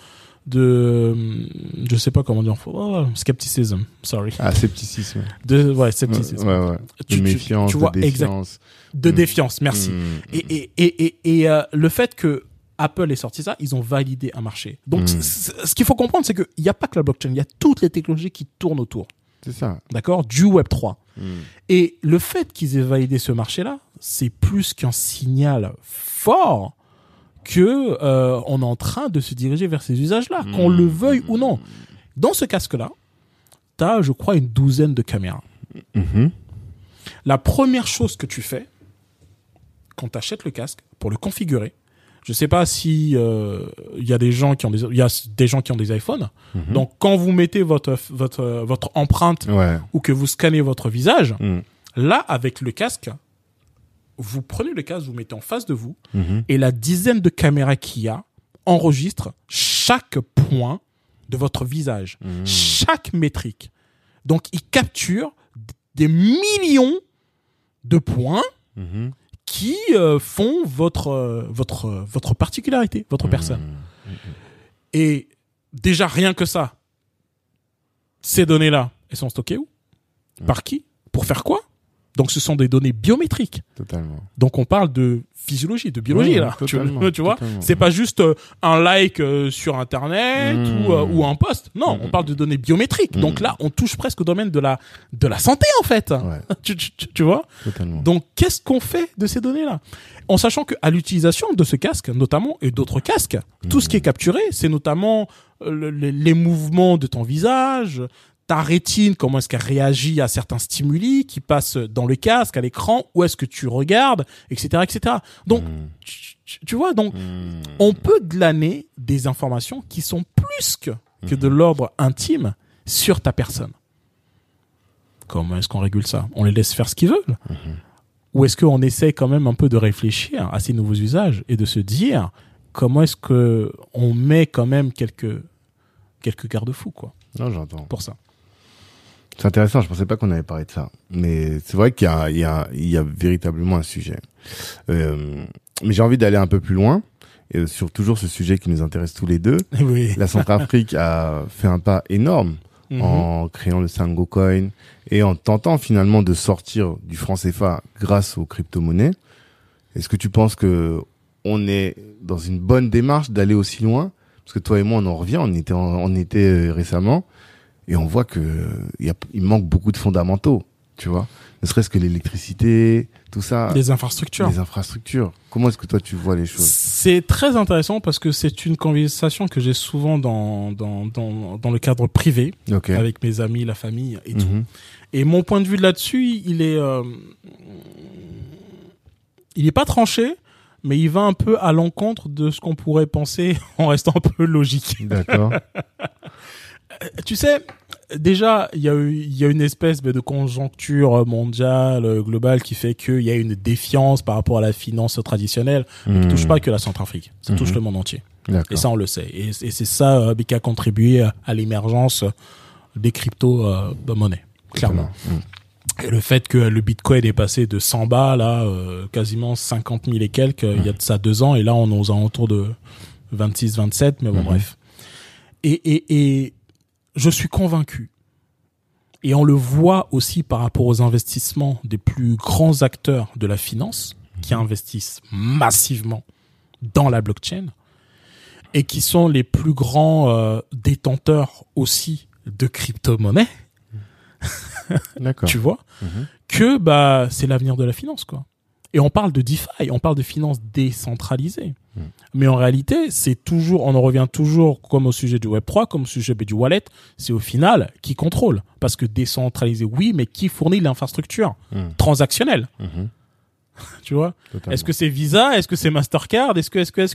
je sais pas comment dire, skepticism, sorry. Scepticisme. Scepticisme. De méfiance, tu vois, de défiance. De défiance, merci. Et le fait que Apple ait sorti ça, ils ont validé un marché. Donc, ce qu'il faut comprendre, c'est qu'il n'y a pas que la blockchain, il y a toutes les technologies qui tournent autour. C'est ça. D'accord? Du Web3. Et le fait qu'ils aient validé ce marché-là, c'est plus qu'un signal fort que on est en train de se diriger vers ces usages-là, qu'on le veuille ou non. Dans ce casque-là, t'as, je crois, une 12aine de caméras. La première chose que tu fais quand tu achètes le casque pour le configurer, je sais pas si il y a des gens qui ont des iPhones. Donc quand vous mettez votre empreinte ou que vous scannez votre visage, là avec le casque, vous prenez le casque, vous mettez en face de vous et la dizaine de caméras qu'il y a enregistre chaque point de votre visage, chaque métrique. Donc il capture des millions de points qui font votre particularité, votre personne. Et déjà, rien que ça, ces données-là, elles sont stockées où ? Par qui ? Pour faire quoi ? Donc, ce sont des données biométriques. Totalement. Donc, on parle de physiologie, de biologie, là. Tu vois ? Totalement. C'est pas juste un like sur Internet ou un post. Non, on parle de données biométriques. Donc là, on touche presque au domaine de la santé, en fait. Ouais. Tu vois ? Totalement. Donc, qu'est-ce qu'on fait de ces données-là ? En sachant qu'à l'utilisation de ce casque, notamment, et d'autres casques, tout ce qui est capturé, c'est notamment les mouvements de ton visage, ta rétine, comment est-ce qu'elle réagit à certains stimuli qui passent dans le casque, à l'écran, où est-ce que tu regardes, etc., etc. Donc, tu vois, donc, on peut glaner des informations qui sont plus que de l'ordre intime sur ta personne. Comment est-ce qu'on régule ça ? On les laisse faire ce qu'ils veulent ? Ou est-ce qu'on essaie quand même un peu de réfléchir à ces nouveaux usages et de se dire comment est-ce que on met quand même quelques garde-fous, quoi. Non, j'entends. Pour ça. C'est intéressant, je pensais pas qu'on avait parlé de ça. Mais c'est vrai qu'il y a véritablement un sujet. Mais j'ai envie d'aller un peu plus loin, et sur toujours ce sujet qui nous intéresse tous les deux. Oui. La Centrafrique a fait un pas énorme en créant le Sango Coin et en tentant finalement de sortir du franc CFA grâce aux crypto-monnaies. Est-ce que tu penses que on est dans une bonne démarche d'aller aussi loin ? Parce que toi et moi, on en revient, on était récemment. Et on voit que il manque beaucoup de fondamentaux, tu vois. Ne serait-ce que l'électricité, tout ça. Les infrastructures. Comment est-ce que toi tu vois les choses ? C'est très intéressant parce que c'est une conversation que j'ai souvent dans le cadre privé, avec mes amis, la famille et tout. Et mon point de vue là-dessus, il est pas tranché, mais il va un peu à l'encontre de ce qu'on pourrait penser en restant un peu logique. D'accord. Tu sais, déjà, il y a une espèce de conjoncture mondiale, globale, qui fait qu'il y a une défiance par rapport à la finance traditionnelle, qui touche pas que la Centrafrique, ça touche le monde entier. D'accord. Et ça, on le sait. Et c'est ça qui a contribué à l'émergence des crypto-monnaies, clairement. Et le fait que le Bitcoin est passé de 100 bas, là, quasiment 50 000 et quelques, il y a de ça 2 ans, et là, on est aux alentours de 26, 27, mais bon, bref. Et je suis convaincu, et on le voit aussi par rapport aux investissements des plus grands acteurs de la finance qui investissent massivement dans la blockchain et qui sont les plus grands détenteurs aussi de crypto-monnaies. D'accord. Tu vois, que c'est l'avenir de la finance, quoi. Et on parle de DeFi, on parle de finance décentralisée. Mais en réalité, on en revient toujours comme au sujet du Web3, comme au sujet du wallet, c'est au final qui contrôle. Parce que décentralisé, oui, mais qui fournit l'infrastructure transactionnelle? Tu vois? Totalement. Est-ce que c'est Visa? Est-ce que c'est Mastercard? Est-ce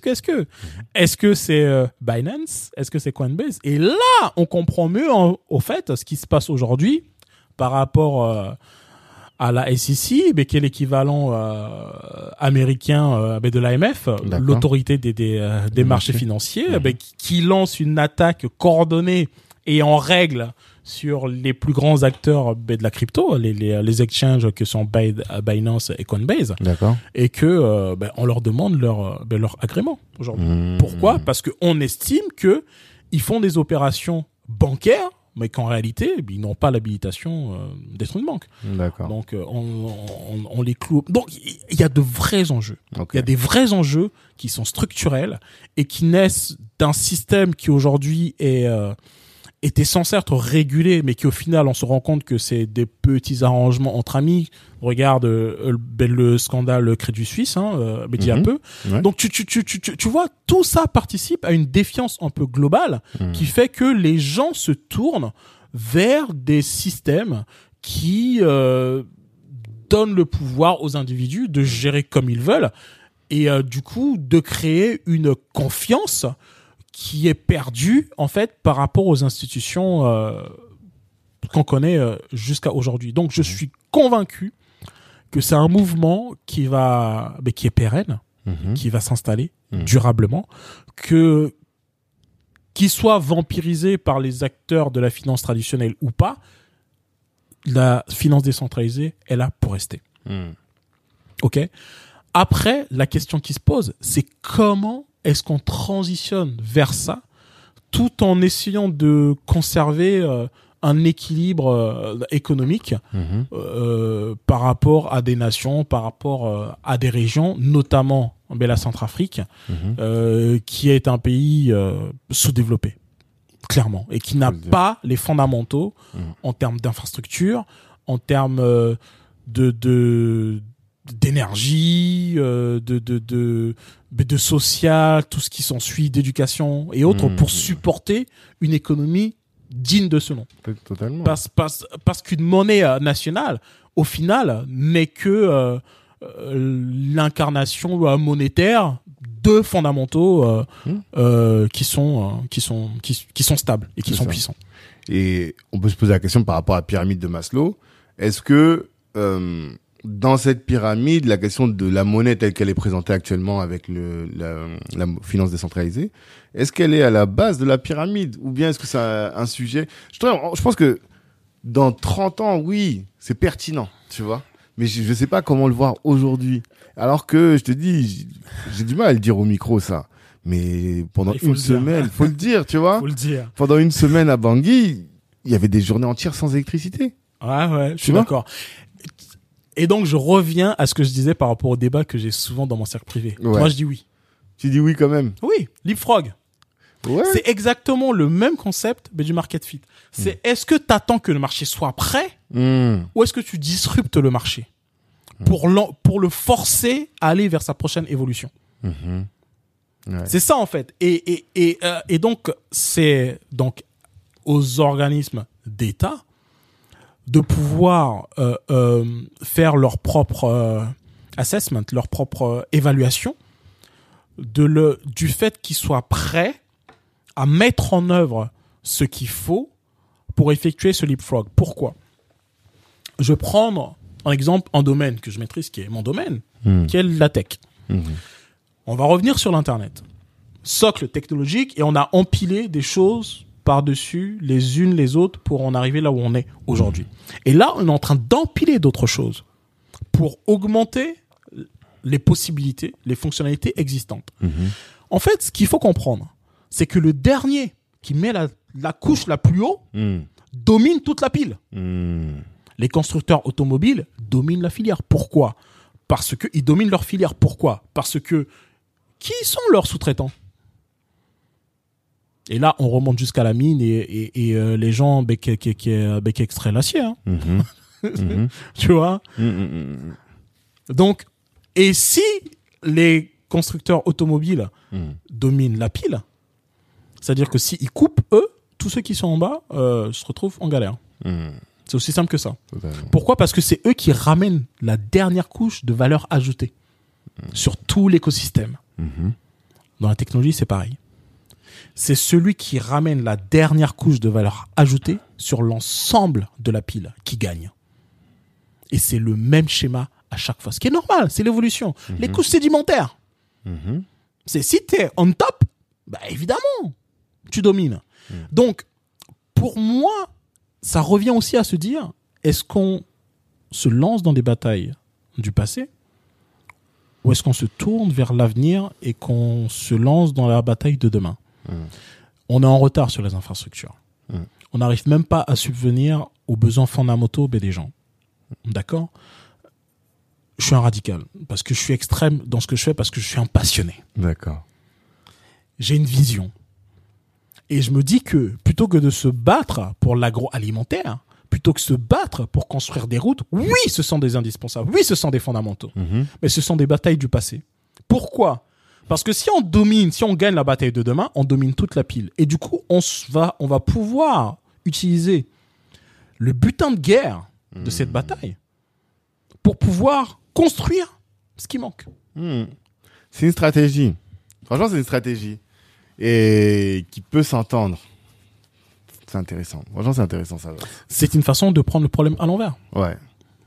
que c'est Binance? Est-ce que c'est Coinbase? Et là, on comprend mieux, au fait, ce qui se passe aujourd'hui par rapport à la SEC, mais qui est l'équivalent américain de l'AMF, l'autorité des marchés financiers, qui lance une attaque coordonnée et en règle sur les plus grands acteurs de la crypto, les exchanges que sont Binance et Coinbase. D'accord. Et que on leur demande leur agrément aujourd'hui. Pourquoi ? Parce qu'on estime que ils font des opérations bancaires, mais qu'en réalité, ils n'ont pas l'habilitation d'être une banque. D'accord. Donc, on les cloue. Donc, il y a de vrais enjeux. Il y a des vrais enjeux qui sont structurels et qui naissent d'un système qui aujourd'hui était censé être régulé, mais qui au final, on se rend compte que c'est des petits arrangements entre amis. Regarde le scandale Crédit Suisse, mais d'il y a peu. Ouais. Donc tu vois, tout ça participe à une défiance un peu globale qui fait que les gens se tournent vers des systèmes qui donne le pouvoir aux individus de gérer comme ils veulent et du coup de créer une confiance qui est perdue en fait par rapport aux institutions qu'on connaît jusqu'à aujourd'hui. Donc je suis convaincu que c'est un mouvement qui est pérenne, qui va s'installer durablement, qu'il soit vampirisé par les acteurs de la finance traditionnelle ou pas, la finance décentralisée est là pour rester. Ok. Après, la question qui se pose, c'est comment est-ce qu'on transitionne vers ça, tout en essayant de conserver un équilibre économique par rapport à des nations, par rapport à des régions, notamment la Centrafrique, qui est un pays sous-développé, clairement, et qui n'a pas les fondamentaux en termes d'infrastructure, en termes d'énergie, de social, tout ce qui s'ensuit, d'éducation et autres, pour supporter une économie digne de ce nom. Totalement. Parce qu'une monnaie nationale, au final, n'est que l'incarnation monétaire de fondamentaux qui sont stables et qui sont puissants. Et on peut se poser la question par rapport à la pyramide de Maslow. Est-ce que dans cette pyramide, la question de la monnaie telle qu'elle est présentée actuellement avec la finance décentralisée, est-ce qu'elle est à la base de la pyramide ou bien est-ce que c'est un sujet... Je pense que dans 30 ans, oui, c'est pertinent, tu vois. Mais je sais pas comment le voir aujourd'hui. Alors que, je te dis, j'ai du mal à le dire au micro, ça. Mais pendant une semaine, faut le dire, tu vois. Faut le dire. Pendant une semaine à Bangui, il y avait des journées entières sans électricité. Ouais, je suis d'accord. Et donc, je reviens à ce que je disais par rapport au débat que j'ai souvent dans mon cercle privé. Ouais. Moi, je dis oui. Tu dis oui quand même? Oui, Leapfrog. Ouais. C'est exactement le même concept, mais du market fit. C'est est-ce que tu attends que le marché soit prêt ou est-ce que tu disruptes le marché pour le forcer à aller vers sa prochaine évolution. Ouais. C'est ça en fait. Et donc, c'est donc aux organismes d'État de pouvoir faire leur propre assessment, leur propre évaluation du fait qu'ils soient prêts à mettre en œuvre ce qu'il faut pour effectuer ce leapfrog. Pourquoi ? Je vais prendre en exemple un domaine que je maîtrise, qui est mon domaine, qui est la tech. On va revenir sur l'Internet. Socle technologique, et on a empilé des choses par-dessus les unes les autres pour en arriver là où on est aujourd'hui. Et là, on est en train d'empiler d'autres choses pour augmenter les possibilités, les fonctionnalités existantes. En fait, ce qu'il faut comprendre, c'est que le dernier qui met la couche la plus haut domine toute la pile. Les constructeurs automobiles dominent la filière. Pourquoi ? Parce qu'ils dominent leur filière. Pourquoi ? Parce que qui sont leurs sous-traitants ? Et là, on remonte jusqu'à la mine et les gens qui extraient l'acier. Hein. Tu vois ? Donc, et si les constructeurs automobiles dominent la pile, c'est-à-dire que s'ils coupent, eux, tous ceux qui sont en bas se retrouvent en galère. C'est aussi simple que ça. Totalement. Pourquoi ? Parce que c'est eux qui ramènent la dernière couche de valeur ajoutée sur tout l'écosystème. Dans la technologie, c'est pareil. C'est celui qui ramène la dernière couche de valeur ajoutée sur l'ensemble de la pile qui gagne. Et c'est le même schéma à chaque fois. Ce qui est normal, c'est l'évolution. Les couches sédimentaires. C'est si tu es on top, bah évidemment, tu domines. Donc, pour moi, ça revient aussi à se dire, est-ce qu'on se lance dans des batailles du passé ou est-ce qu'on se tourne vers l'avenir et qu'on se lance dans la bataille de demain ? On est en retard sur les infrastructures. On n'arrive même pas à subvenir aux besoins fondamentaux des gens. D'accord ? Je suis un radical parce que je suis extrême dans ce que je fais parce que je suis un passionné. D'accord. J'ai une vision. Et je me dis que plutôt que de se battre pour l'agroalimentaire, plutôt que se battre pour construire des routes, oui, ce sont des indispensables, oui, ce sont des fondamentaux, mais ce sont des batailles du passé. Pourquoi ? Parce que si on gagne la bataille de demain, on domine toute la pile. Et du coup, on va pouvoir utiliser le butin de guerre de cette bataille pour pouvoir construire ce qui manque. C'est une stratégie. Franchement, c'est une stratégie. Et qui peut s'entendre. C'est intéressant. Franchement, c'est intéressant, ça. C'est une façon de prendre le problème à l'envers. Ouais.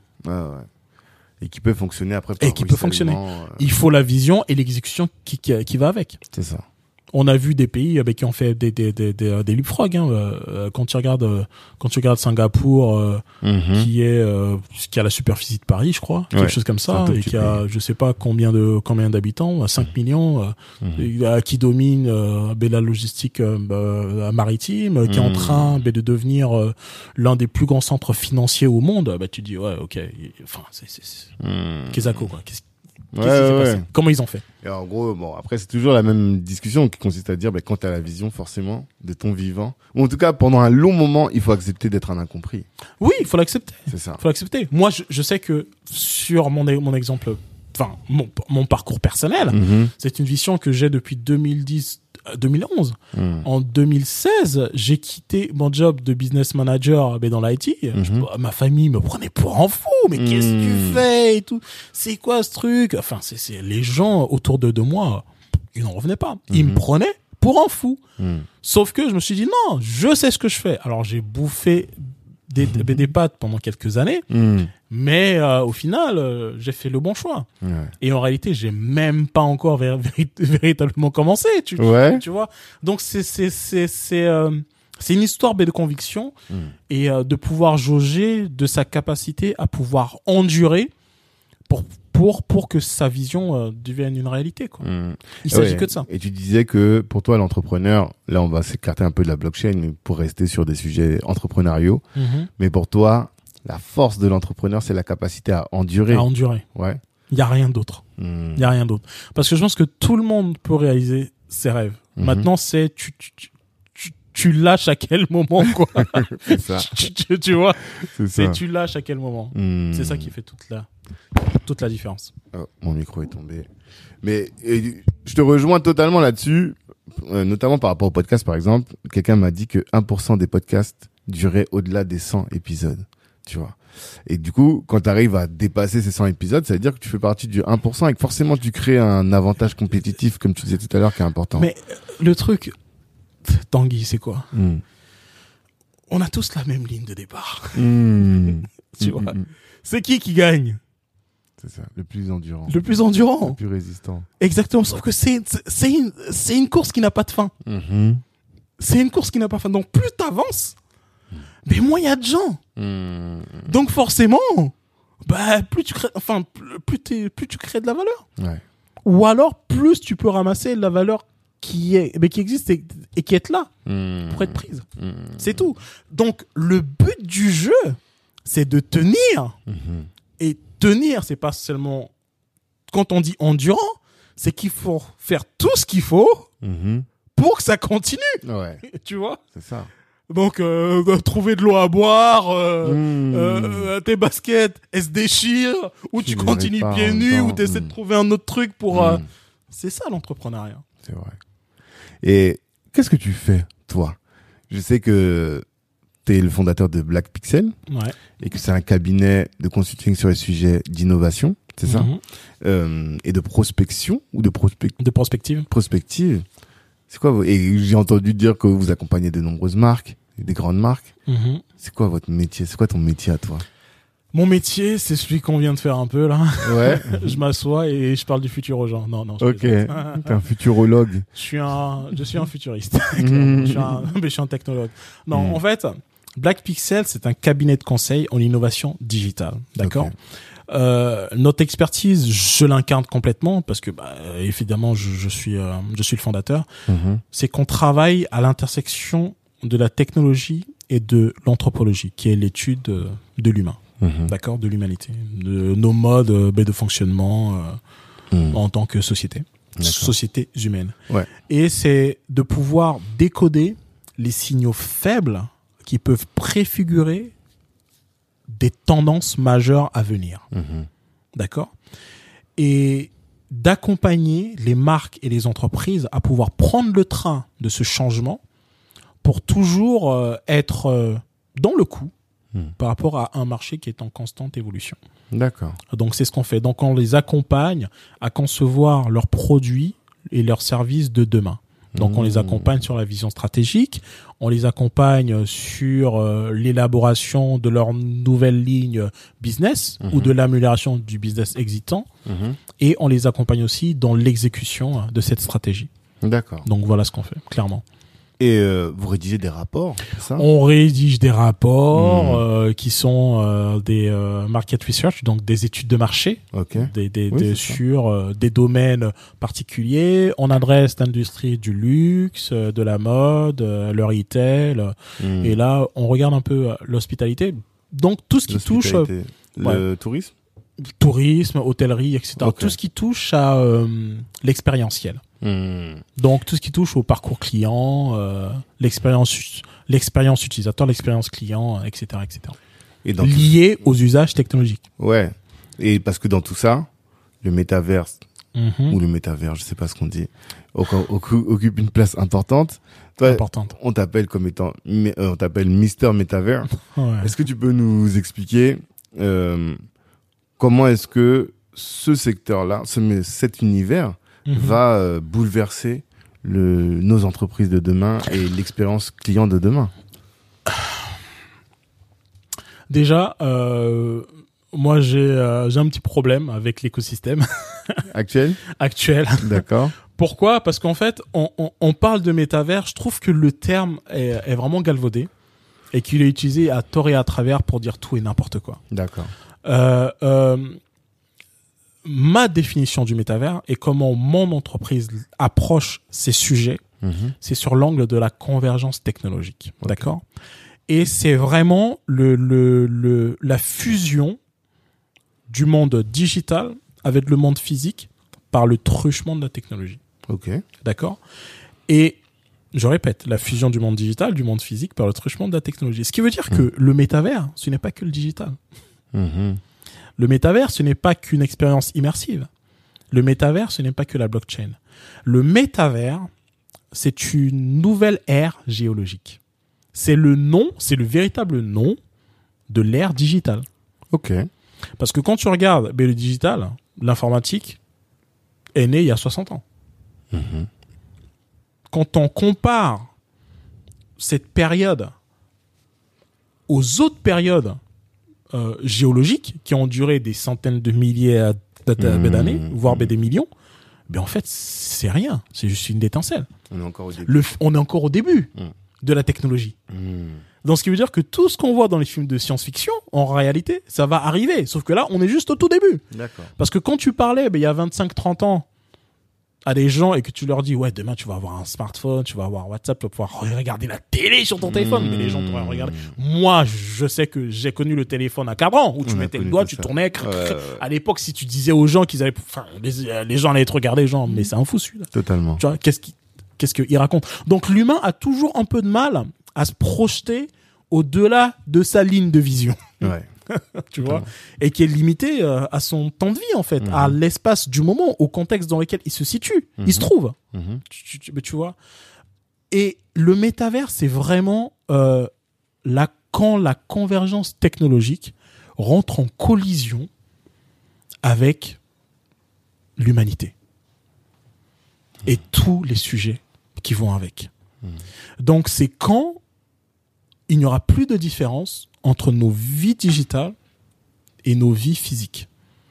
Et qui peut fonctionner après. Et qui peut fonctionner. Il faut la vision et l'exécution qui va avec. C'est ça. On a vu des pays qui ont fait des leapfrogs, quand tu regardes Singapour, qui a la superficie de Paris, je crois, quelque chose comme ça, et qui a, je sais pas combien d'habitants, 5 millions, qui domine la logistique maritime, qui est en train de devenir l'un des plus grands centres financiers au monde. Tu dis ouais, ok, enfin qu'est-ce quoi, qu'est-ce qui s'est passé ? Comment ils ont fait ? Et en gros, après, c'est toujours la même discussion qui consiste à dire, quand t'as la vision, forcément, de ton vivant, ou en tout cas, pendant un long moment, il faut accepter d'être un incompris. Oui, il faut l'accepter. C'est ça. Il faut l'accepter. Moi, je sais que sur mon exemple, enfin, mon parcours personnel, c'est une vision que j'ai depuis 2011. En 2016, j'ai quitté mon job de business manager dans l'IT. Ma famille me prenait pour un fou. Mais qu'est-ce que tu fais et tout? C'est quoi ce truc? Enfin, c'est les gens autour de moi, ils n'en revenaient pas. Ils me prenaient pour un fou. Sauf que je me suis dit non, je sais ce que je fais. Alors j'ai bouffé des pâtes pendant quelques années, mais au final, j'ai fait le bon choix. Ouais. Et en réalité, j'ai même pas encore véritablement commencé, tu vois. Donc c'est une histoire de conviction et de pouvoir jauger de sa capacité à pouvoir endurer pour que sa vision devienne une réalité, quoi. Il s'agit que de ça. Et tu disais que pour toi, l'entrepreneur, là on va s'écarter un peu de la blockchain mais pour rester sur des sujets entrepreneuriaux, mais pour toi, la force de l'entrepreneur, c'est la capacité à endurer. À endurer. Ouais. Il y a rien d'autre. Il y a rien d'autre. Parce que je pense que tout le monde peut réaliser ses rêves. Maintenant, c'est tu lâches à quel moment, quoi. C'est ça. tu vois. C'est ça. Tu lâches à quel moment. C'est ça qui fait toute la différence. Oh, mon micro est tombé. Mais je te rejoins totalement là-dessus, notamment par rapport au podcast, par exemple. Quelqu'un m'a dit que 1% des podcasts duraient au-delà des 100 épisodes. Tu vois. Et du coup, quand tu arrives à dépasser ces 100 épisodes, ça veut dire que tu fais partie du 1% et que forcément tu crées un avantage compétitif, comme tu disais tout à l'heure, qui est important. Mais le truc, Tanguy, c'est quoi? On a tous la même ligne de départ. Tu vois. C'est qui gagne? C'est ça, le plus endurant. Le plus endurant. Le plus résistant. Exactement, sauf que c'est une course qui n'a pas de fin. C'est une course qui n'a pas de fin. Donc plus t'avances, mais moins il y a de gens. Donc forcément, plus tu crées, plus tu crées de la valeur. Ouais. Ou alors plus tu peux ramasser de la valeur qui existe et qui est là pour être prise. C'est tout. Donc le but du jeu, c'est de tenir. Et tenir, c'est pas seulement quand on dit endurant, c'est qu'il faut faire tout ce qu'il faut pour que ça continue. Ouais. Tu vois? C'est ça. Donc trouver de l'eau à boire, tes baskets, elles se déchirent, ou tu continues pieds nus, ou tu essaies de trouver un autre truc pour... C'est ça l'entrepreneuriat. C'est vrai. Et qu'est-ce que tu fais, toi? Je sais que tu es le fondateur de Black Pixel, et que c'est un cabinet de consulting sur les sujets d'innovation, c'est ça? Et de prospection, ou de prospective. Prospective. C'est quoi et j'ai entendu dire que vous accompagnez de nombreuses marques, des grandes marques. C'est quoi votre métier? C'est quoi ton métier à toi? Mon métier, c'est celui qu'on vient de faire un peu là. Ouais. Je m'assois et je parle du futur aux gens. Non. Ok. T'es un futurologue. Je suis un futuriste. Je suis un technologue. Non, en fait, Black Pixel, c'est un cabinet de conseil en innovation digitale. D'accord. Notre expertise, je l'incarne complètement parce que évidemment je suis le fondateur. C'est qu'on travaille à l'intersection de la technologie et de l'anthropologie, qui est l'étude de l'humain, d'accord, de l'humanité, de nos modes de fonctionnement en tant que sociétés humaines. Ouais. Et c'est de pouvoir décoder les signaux faibles qui peuvent préfigurer des tendances majeures à venir. D'accord? Et d'accompagner les marques et les entreprises à pouvoir prendre le train de ce changement pour toujours être dans le coup, par rapport à un marché qui est en constante évolution. D'accord. Donc, c'est ce qu'on fait. Donc, on les accompagne à concevoir leurs produits et leurs services de demain. Donc, on les accompagne sur la vision stratégique, on les accompagne sur l'élaboration de leur nouvelle ligne business ou de l'amélioration du business existant, et on les accompagne aussi dans l'exécution de cette stratégie. D'accord. Donc, voilà ce qu'on fait, clairement. Et vous rédigez des rapports, c'est ça? On rédige des rapports qui sont des market research, donc des études de marché, sur des domaines particuliers. On adresse l'industrie du luxe, de la mode, le retail. Et là, on regarde un peu l'hospitalité. Donc tout ce qui touche le tourisme, hôtellerie, etc. Tout ce qui touche à l'expérientiel. Donc tout ce qui touche au parcours client, l'expérience utilisateur, l'expérience client, etc., etc. Et dans lié aux usages technologiques. Ouais. Et parce que dans tout ça, le métaverse ou le métavers, je sais pas ce qu'on dit, occupe une place importante. Toi, on t'appelle comme étant, on t'appelle Mister Métavers. Ouais. Est-ce que tu peux nous expliquer comment est-ce que ce secteur-là, cet univers va bouleverser nos entreprises de demain et l'expérience client de demain? Déjà, moi j'ai un petit problème avec l'écosystème actuel. D'accord. Pourquoi? Parce qu'en fait, on parle de métavers. Je trouve que le terme est vraiment galvaudé et qu'il est utilisé à tort et à travers pour dire tout et n'importe quoi. D'accord. Ma définition du métavers et comment mon entreprise approche ces sujets, c'est sur l'angle de la convergence technologique. Okay. D'accord? Et c'est vraiment la fusion du monde digital avec le monde physique par le truchement de la technologie. Ok. D'accord? Et je répète, la fusion du monde digital, du monde physique par le truchement de la technologie. Ce qui veut dire que le métavers, ce n'est pas que le digital. Le métavers, ce n'est pas qu'une expérience immersive. Le métavers, ce n'est pas que la blockchain. Le métavers, c'est une nouvelle ère géologique. C'est le véritable nom de l'ère digitale. Ok. Parce que quand tu regardes le digital, l'informatique est née il y a 60 ans. Quand on compare cette période aux autres périodes géologiques qui ont duré des centaines de milliers d'années, voire des millions, en fait, c'est rien. C'est juste une étincelle. On est encore au début. On est encore au début de la technologie. Donc, ce qui veut dire que tout ce qu'on voit dans les films de science-fiction, en réalité, ça va arriver. Sauf que là, on est juste au tout début. D'accord. Parce que quand tu parlais, il y a 25-30 ans, à des gens et que tu leur dis, ouais, demain, tu vas avoir un smartphone, tu vas avoir WhatsApp, tu vas pouvoir regarder la télé sur ton téléphone. Mais les gens pourraient regarder. Moi, je sais que j'ai connu le téléphone à cadran où tu mettais le doigt, tu tournais. À l'époque, si tu disais aux gens qu'ils avaient, les gens allaient te regarder, genre, mais c'est un fou celui-là. Totalement. Tu vois, qu'est-ce qu'il raconte? Donc, l'humain a toujours un peu de mal à se projeter au-delà de sa ligne de vision. Ouais. Tu vois, et qui est limité à son temps de vie, en fait, à l'espace du moment, au contexte dans lequel il se situe, il se trouve. Tu vois. Et le métavers, c'est vraiment quand la convergence technologique rentre en collision avec l'humanité et tous les sujets qui vont avec. Donc, c'est quand il n'y aura plus de différence entre nos vies digitales et nos vies physiques.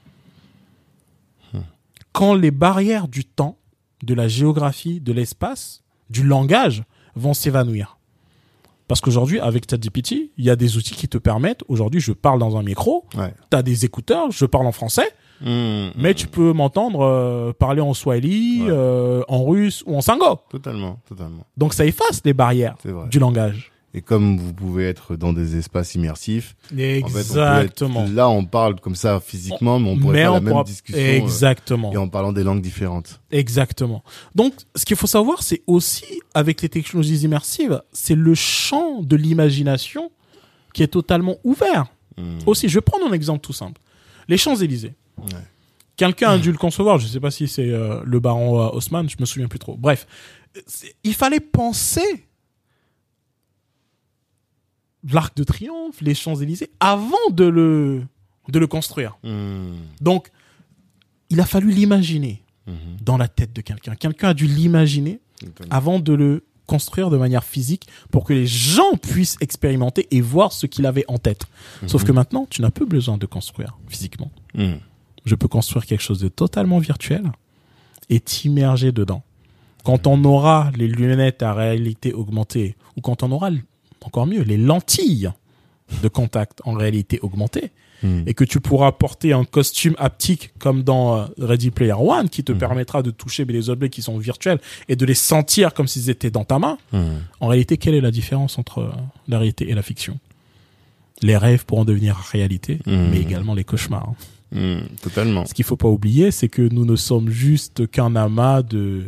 Quand les barrières du temps, de la géographie, de l'espace, du langage vont s'évanouir. Parce qu'aujourd'hui, avec ChatGPT, il y a des outils qui te permettent, aujourd'hui, je parle dans un micro, tu as des écouteurs, je parle en français, mais tu peux m'entendre parler en swahili, en russe ou en sango. Totalement. Donc ça efface les barrières du langage. Et comme vous pouvez être dans des espaces immersifs, exactement. En fait, là, on parle comme ça physiquement, mais on pourrait faire la même discussion. Exactement. Et en parlant des langues différentes. Exactement. Donc, ce qu'il faut savoir, c'est aussi, avec les technologies immersives, c'est le champ de l'imagination qui est totalement ouvert. Aussi, je vais prendre un exemple tout simple. Les Champs-Élysées. Quelqu'un a dû le concevoir, je ne sais pas si c'est le baron Haussmann, je me souviens plus trop. Bref, il fallait penser l'Arc de Triomphe, les Champs-Élysées, avant de le construire. Donc, il a fallu l'imaginer dans la tête de quelqu'un. Quelqu'un a dû l'imaginer avant de le construire de manière physique pour que les gens puissent expérimenter et voir ce qu'il avait en tête. Sauf que maintenant, tu n'as plus besoin de construire physiquement. Je peux construire quelque chose de totalement virtuel et t'immerger dedans. Quand on aura les lunettes à réalité augmentée, ou quand on aura, encore mieux, les lentilles de contact en réalité augmentée, et que tu pourras porter un costume haptique comme dans Ready Player One qui te permettra de toucher des objets qui sont virtuels et de les sentir comme s'ils étaient dans ta main. En réalité, quelle est la différence entre la réalité et la fiction? Les rêves pourront devenir réalité, mais également les cauchemars. Totalement. Ce qu'il faut pas oublier, c'est que nous ne sommes juste qu'un amas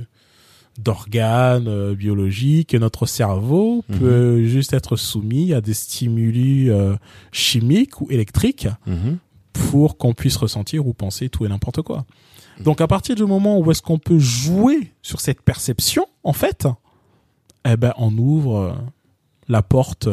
d'organes biologiques et notre cerveau peut juste être soumis à des stimuli chimiques ou électriques pour qu'on puisse ressentir ou penser tout et n'importe quoi. Donc à partir du moment où est-ce qu'on peut jouer sur cette perception, en fait, eh ben on ouvre la porte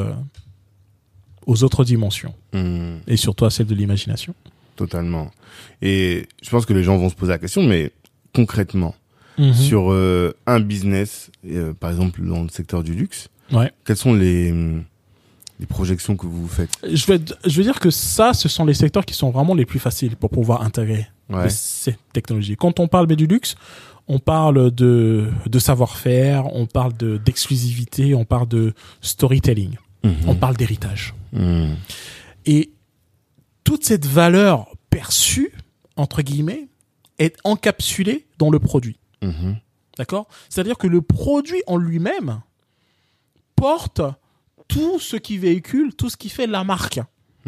aux autres dimensions et surtout à celle de l'imagination. Totalement. Et je pense que les gens vont se poser la question, mais concrètement, sur un business, par exemple dans le secteur du luxe, quelles sont les projections que vous faites? Je veux dire que ce sont les secteurs qui sont vraiment les plus faciles pour pouvoir intégrer ces technologies. Quand on parle du luxe, on parle de savoir-faire, on parle d'exclusivité, on parle de storytelling, on parle d'héritage. Et toute cette valeur perçue, entre guillemets, est encapsulée dans le produit. D'accord? C'est-à-dire que le produit en lui-même porte tout ce qui véhicule, tout ce qui fait la marque.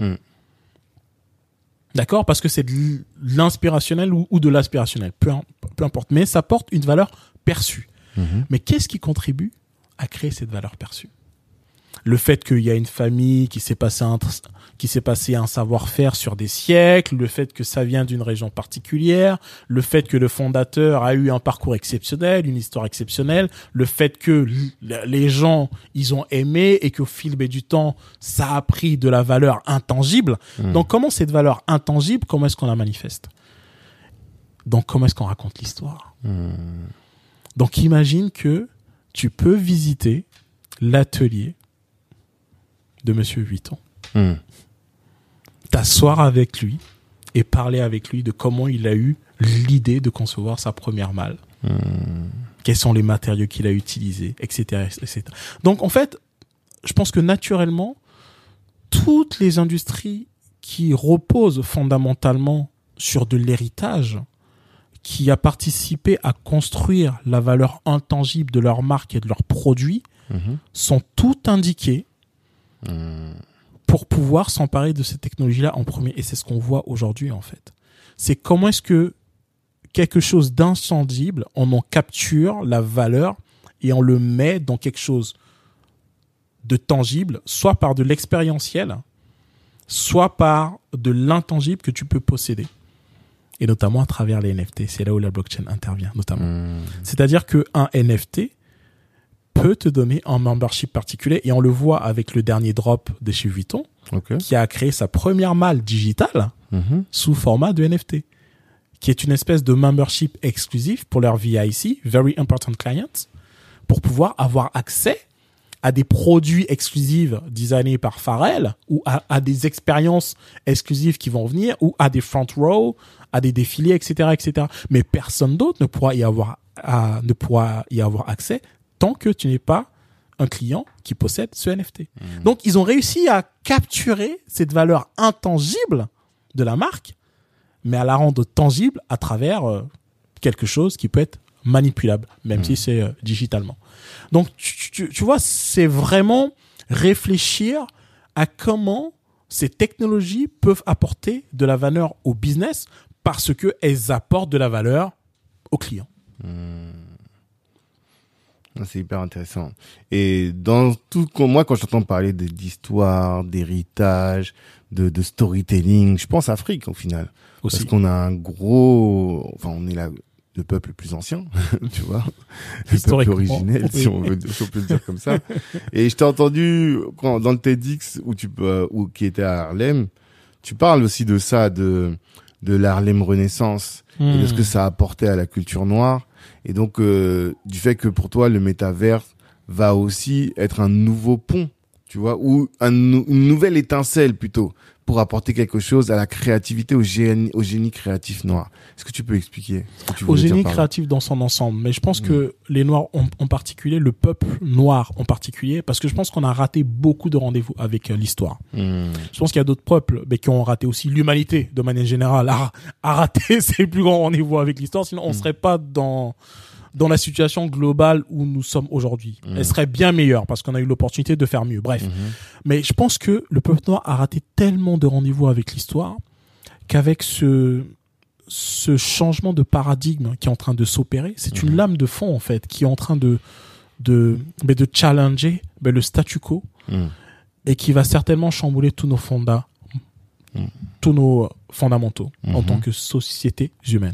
D'accord? Parce que c'est de l'inspirationnel ou de l'aspirationnel. Peu importe. Mais ça porte une valeur perçue. Mais qu'est-ce qui contribue à créer cette valeur perçue? Le fait qu'il y a une famille qui s'est passé un savoir-faire sur des siècles, le fait que ça vient d'une région particulière, le fait que le fondateur a eu un parcours exceptionnel, une histoire exceptionnelle, le fait que les gens, ils ont aimé et qu'au fil du temps, ça a pris de la valeur intangible. Donc, comment cette valeur intangible, comment est-ce qu'on la manifeste? Donc, comment est-ce qu'on raconte l'histoire? Donc, imagine que tu peux visiter l'atelier de Monsieur Vuitton. T'asseoir avec lui et parler avec lui de comment il a eu l'idée de concevoir sa première malle. Quels sont les matériaux qu'il a utilisés, etc., etc. Donc, en fait, je pense que naturellement, toutes les industries qui reposent fondamentalement sur de l'héritage, qui a participé à construire la valeur intangible de leur marque et de leurs produits, sont toutes indiquées pour pouvoir s'emparer de ces technologies-là en premier. Et c'est ce qu'on voit aujourd'hui, en fait. C'est comment est-ce que quelque chose d'intangible, on en capture la valeur et on le met dans quelque chose de tangible, soit par de l'expérientiel, soit par de l'intangible que tu peux posséder. Et notamment à travers les NFT. C'est là où la blockchain intervient, notamment. C'est-à-dire qu'un NFT peut te donner un membership particulier, et on le voit avec le dernier drop de chez Vuitton, qui a créé sa première malle digitale sous format de NFT, qui est une espèce de membership exclusif pour leur VIC, Very Important Clients, pour pouvoir avoir accès à des produits exclusifs designés par Pharrell, ou à des expériences exclusives qui vont venir, ou à des front row, à des défilés, etc., etc. Mais personne d'autre ne pourra y avoir accès tant que tu n'es pas un client qui possède ce NFT. Donc, ils ont réussi à capturer cette valeur intangible de la marque, mais à la rendre tangible à travers quelque chose qui peut être manipulable, même si c'est digitalement. Donc, tu vois, c'est vraiment réfléchir à comment ces technologies peuvent apporter de la valeur au business parce qu'elles apportent de la valeur aux clients. C'est hyper intéressant. Et dans tout, moi, quand j'entends parler d'histoire, d'héritage, de storytelling, je pense Afrique, au final. Aussi. Parce qu'on a on est là, le peuple le plus ancien, tu vois, le peuple originel, si on peut le dire comme ça. Et je t'ai entendu dans le TEDx qui était à Harlem, tu parles aussi de ça, de l'Harlem Renaissance, et de ce que ça a apporté à la culture noire, et donc du fait que pour toi le métaverse va aussi être un nouveau pont, tu vois, ou une nouvelle étincelle plutôt, pour apporter quelque chose à la créativité, au génie créatif noir. Est-ce que tu peux expliquer ce que tu au génie créatif dans son ensemble? Mais je pense que les Noirs en particulier, le peuple noir en particulier, parce que je pense qu'on a raté beaucoup de rendez-vous avec l'histoire. Je pense qu'il y a d'autres peuples qui ont raté aussi l'humanité de manière générale. A raté ses plus grands rendez-vous avec l'histoire, sinon on serait pas dans la situation globale où nous sommes aujourd'hui. Elle serait bien meilleure parce qu'on a eu l'opportunité de faire mieux. Bref. Mais je pense que le peuple noir a raté tellement de rendez-vous avec l'histoire qu'avec ce changement de paradigme qui est en train de s'opérer, c'est une lame de fond, en fait, qui est en train de challenger le statu quo et qui va certainement chambouler tous nos fondamentaux en tant que société humaine.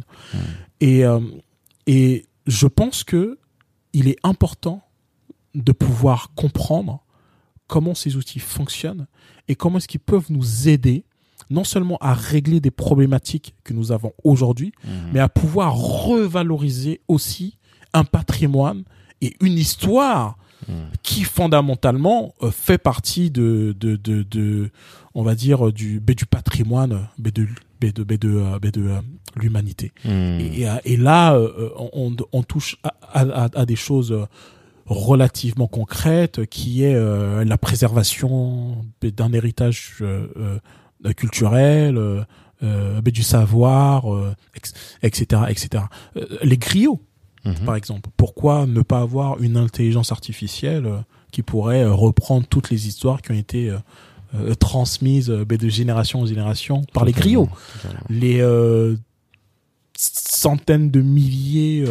Et je pense que il est important de pouvoir comprendre comment ces outils fonctionnent et comment est-ce qu'ils peuvent nous aider non seulement à régler des problématiques que nous avons aujourd'hui, mais à pouvoir revaloriser aussi un patrimoine et une histoire qui fondamentalement fait partie de on va dire du patrimoine de l'humanité. Et là on touche à des choses relativement concrètes qui est la préservation d'un héritage culturel, du savoir, etc. Les griots, par exemple. Pourquoi ne pas avoir une intelligence artificielle qui pourrait reprendre toutes les histoires qui ont été transmises de génération en génération par les griots, les centaines de milliers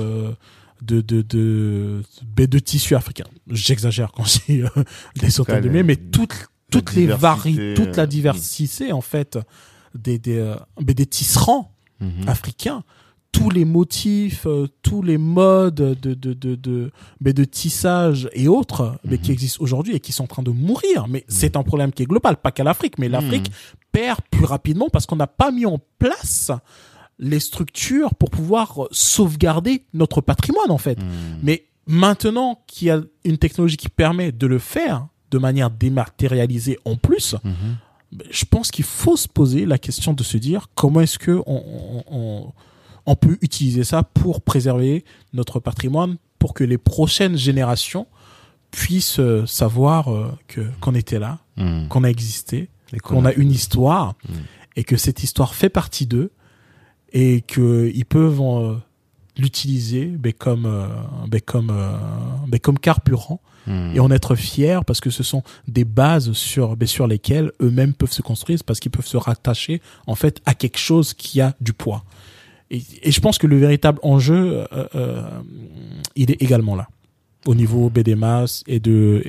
de tissus africains. J'exagère quand je dis des centaines de milliers, mais toute la diversité en fait des tisserands africains, tous les motifs, tous les modes de tissage et autres qui existent aujourd'hui et qui sont en train de mourir. Mais c'est un problème qui est global, pas qu'à l'Afrique, mais l'Afrique perd plus rapidement parce qu'on n'a pas mis en place les structures pour pouvoir sauvegarder notre patrimoine en fait. Mais maintenant qu'il y a une technologie qui permet de le faire de manière dématérialisée en plus, je pense qu'il faut se poser la question de se dire comment est-ce que on peut utiliser ça pour préserver notre patrimoine, pour que les prochaines générations puissent savoir qu'on était là, qu'on a existé, qu'on a une histoire, et que cette histoire fait partie d'eux, et qu'ils peuvent l'utiliser comme carburant, et en être fiers parce que ce sont des bases sur lesquelles eux-mêmes peuvent se construire, parce qu'ils peuvent se rattacher en fait à quelque chose qui a du poids. Et je pense que le véritable enjeu, il est également là, au niveau des masses et de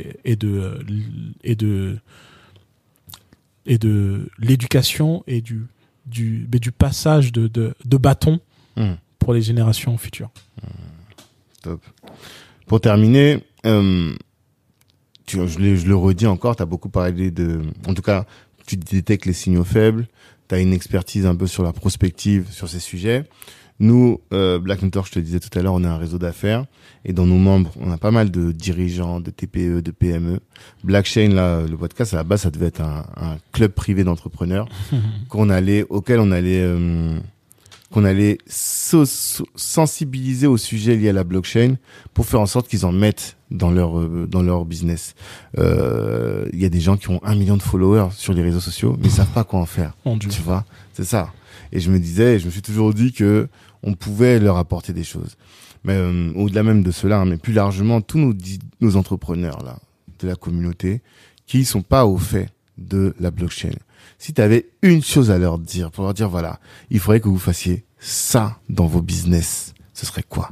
l'éducation et du passage de bâton pour les générations futures. Top. Pour terminer, je le redis encore, tu as beaucoup parlé en tout cas, tu détectes les signaux faibles, tu as une expertise un peu sur la prospective sur ces sujets. Nous, Black Mentor, je te disais tout à l'heure, on est un réseau d'affaires et dans nos membres, on a pas mal de dirigeants, de TPE, de PME. Blackchain, là, le podcast, à la base, ça devait être un club privé d'entrepreneurs auquel on allait sensibiliser au sujet lié à la blockchain pour faire en sorte qu'ils en mettent dans leur business. Il y a des gens qui ont 1 million de followers sur les réseaux sociaux, mais ils savent pas quoi en faire. Tu vois, c'est ça. Et je me suis toujours dit que on pouvait leur apporter des choses. Mais au-delà même de cela, mais plus largement, tous nos entrepreneurs là de la communauté qui sont pas au fait de la blockchain. Si tu avais une chose à leur dire, pour leur dire voilà, il faudrait que vous fassiez ça dans vos business, ce serait quoi?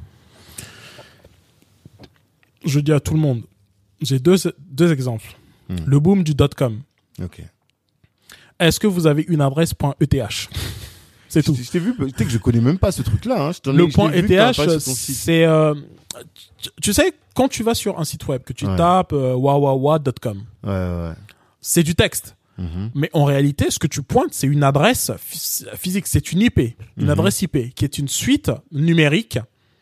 Je dis à tout le monde, j'ai deux exemples. Le boom du .com. Ok. Est-ce que vous avez une adresse .eth? C'est tout. Je t'ai vu, peut-être que je connais même pas ce truc-là. Hein. Le point ETH, c'est, tu sais, quand tu vas sur un site web, que tu tapes wawawa.com, c'est du texte. Mais en réalité, ce que tu pointes, c'est une adresse physique, c'est une IP, une adresse IP, qui est une suite numérique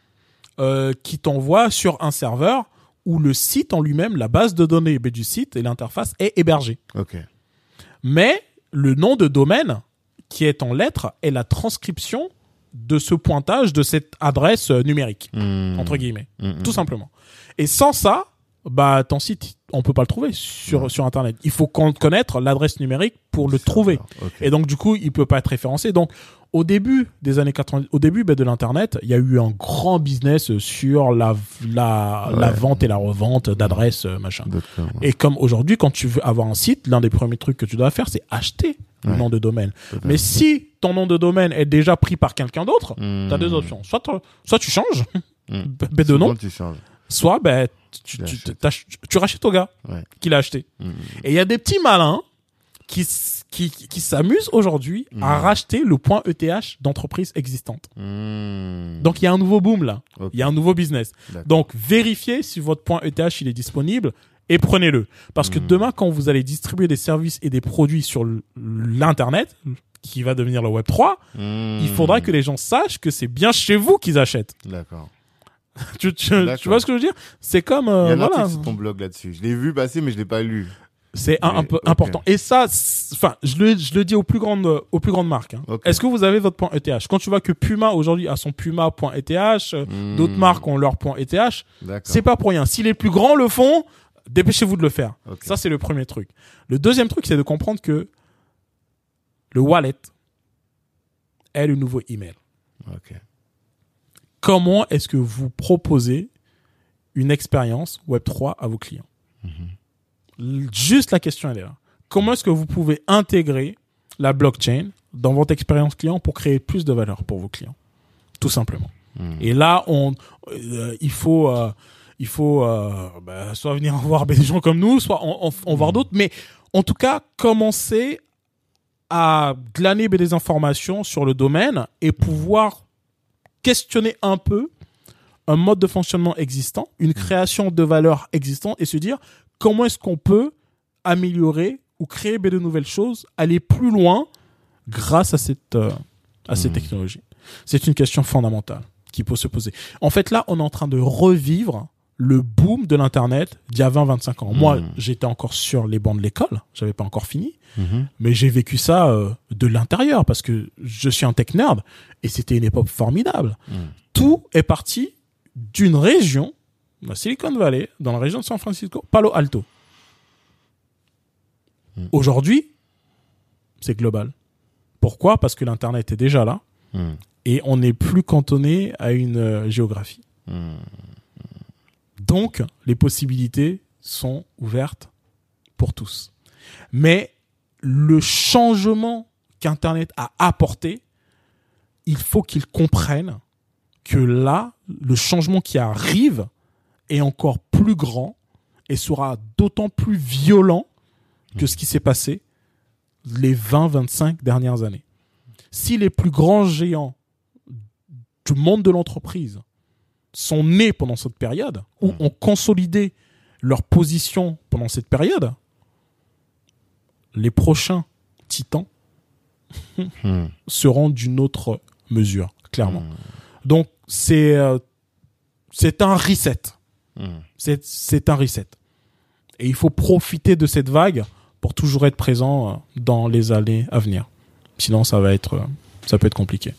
qui t'envoie sur un serveur où le site en lui-même, la base de données du site et l'interface est hébergée. Mais le nom de domaine qui est en lettres est la transcription de ce pointage de cette adresse numérique, entre guillemets, tout simplement. Et sans ça, bah ton site, on peut pas le trouver sur Internet. Il faut connaître l'adresse numérique pour le trouver. Et donc du coup, il peut pas être référencé. Donc au début des années 80, au début de l'internet, il y a eu un grand business sur la vente et la revente d'adresses machin. Et comme aujourd'hui, quand tu veux avoir un site, l'un des premiers trucs que tu dois faire, c'est acheter le nom de domaine. Mais si ton nom de domaine est déjà pris par quelqu'un d'autre, tu as deux options. Soit tu changes de nom, soit tu rachètes au gars qui l'a acheté. Et il y a des petits malins qui s'amusent aujourd'hui à racheter le point ETH d'entreprises existantes. Donc il y a un nouveau boom là, il y a un nouveau business. Donc vérifiez si votre point ETH il est disponible et prenez-le. Parce que demain, quand vous allez distribuer des services et des produits sur l'internet, qui va devenir le Web 3, il faudra que les gens sachent que c'est bien chez vous qu'ils achètent. D'accord. Tu vois ce que je veux dire? C'est comme il y a un article sur ton blog là-dessus. Je l'ai vu passer, mais je l'ai pas lu. C'est un peu important. Et ça, enfin, je le dis aux plus grandes marques. Hein. Est-ce que vous avez votre point ETH? Quand tu vois que Puma aujourd'hui a son Puma.eth, d'autres marques ont leur point ETH, c'est pas pour rien. Si les plus grands le font, dépêchez-vous de le faire. Ça, c'est le premier truc. Le deuxième truc, c'est de comprendre que le wallet est le nouveau email. Comment est-ce que vous proposez une expérience Web3 à vos clients? Juste la question, elle est là. Comment est-ce que vous pouvez intégrer la blockchain dans votre expérience client pour créer plus de valeur pour vos clients? Tout simplement. Et là, il faut soit venir voir des gens comme nous, soit en voir d'autres, mais en tout cas, commencer à glaner des informations sur le domaine et pouvoir questionner un peu un mode de fonctionnement existant, une création de valeur existante et se dire comment est-ce qu'on peut améliorer ou créer de nouvelles choses, aller plus loin grâce à cette technologie. C'est une question fondamentale qui peut se poser. En fait, là, on est en train de revivre le boom de l'Internet d'il y a 20-25 ans. Moi, j'étais encore sur les bancs de l'école, j'avais pas encore fini, mais j'ai vécu ça de l'intérieur parce que je suis un tech nerd et c'était une époque formidable. Tout est parti d'une région, la Silicon Valley, dans la région de San Francisco, Palo Alto. Aujourd'hui, c'est global. Pourquoi? Parce que l'Internet est déjà là et on n'est plus cantonné à une géographie. Donc, les possibilités sont ouvertes pour tous. Mais le changement qu'Internet a apporté, il faut qu'ils comprennent que là, le changement qui arrive est encore plus grand et sera d'autant plus violent que ce qui s'est passé les 20-25 dernières années. Si les plus grands géants du monde de l'entreprise sont nés pendant cette période ou ont consolidé leur position pendant cette période, les prochains titans seront d'une autre mesure, clairement. Donc, c'est un reset. C'est un reset. Et il faut profiter de cette vague pour toujours être présent dans les années à venir. Sinon, ça peut être compliqué.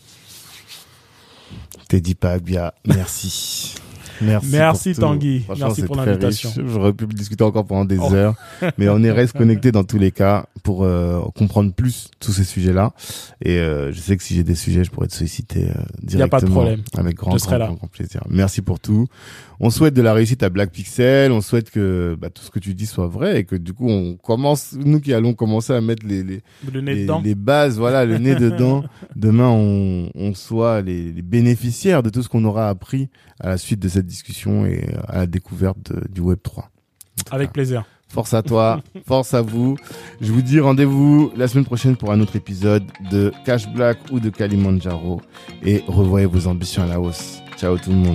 Teddy Paglia, merci. Merci Tanguy. Merci pour l'invitation. J'aurais pu discuter encore pendant des heures, mais on reste connecté dans tous les cas pour comprendre plus tous ces sujets-là. Et je sais que si j'ai des sujets, je pourrais te solliciter directement. Il n'y a pas de problème. Avec grand plaisir. Merci pour tout. On souhaite de la réussite à Black Pixel. On souhaite que tout ce que tu dis soit vrai et que du coup on commence, nous qui allons commencer à mettre les bases, voilà, le nez dedans. Demain, on soit les bénéficiaires de tout ce qu'on aura appris à la suite de cette discussion et à la découverte du Web 3. Avec plaisir. Force à toi, force à vous. Je vous dis rendez-vous la semaine prochaine pour un autre épisode de Cash Black ou de Kalimandjaro. Et revoyez vos ambitions à la hausse. Ciao tout le monde.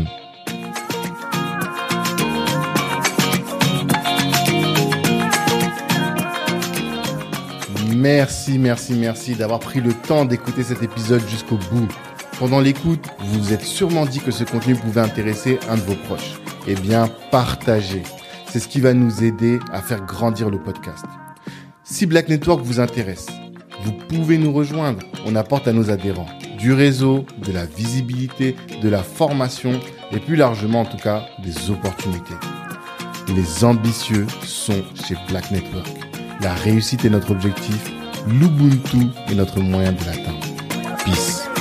Merci d'avoir pris le temps d'écouter cet épisode jusqu'au bout. Pendant l'écoute, vous vous êtes sûrement dit que ce contenu pouvait intéresser un de vos proches. Eh bien, partagez. C'est ce qui va nous aider à faire grandir le podcast. Si Black Network vous intéresse, vous pouvez nous rejoindre. On apporte à nos adhérents du réseau, de la visibilité, de la formation et plus largement en tout cas des opportunités. Les ambitieux sont chez Black Network. La réussite est notre objectif, l'Ubuntu est notre moyen de l'atteindre. Peace.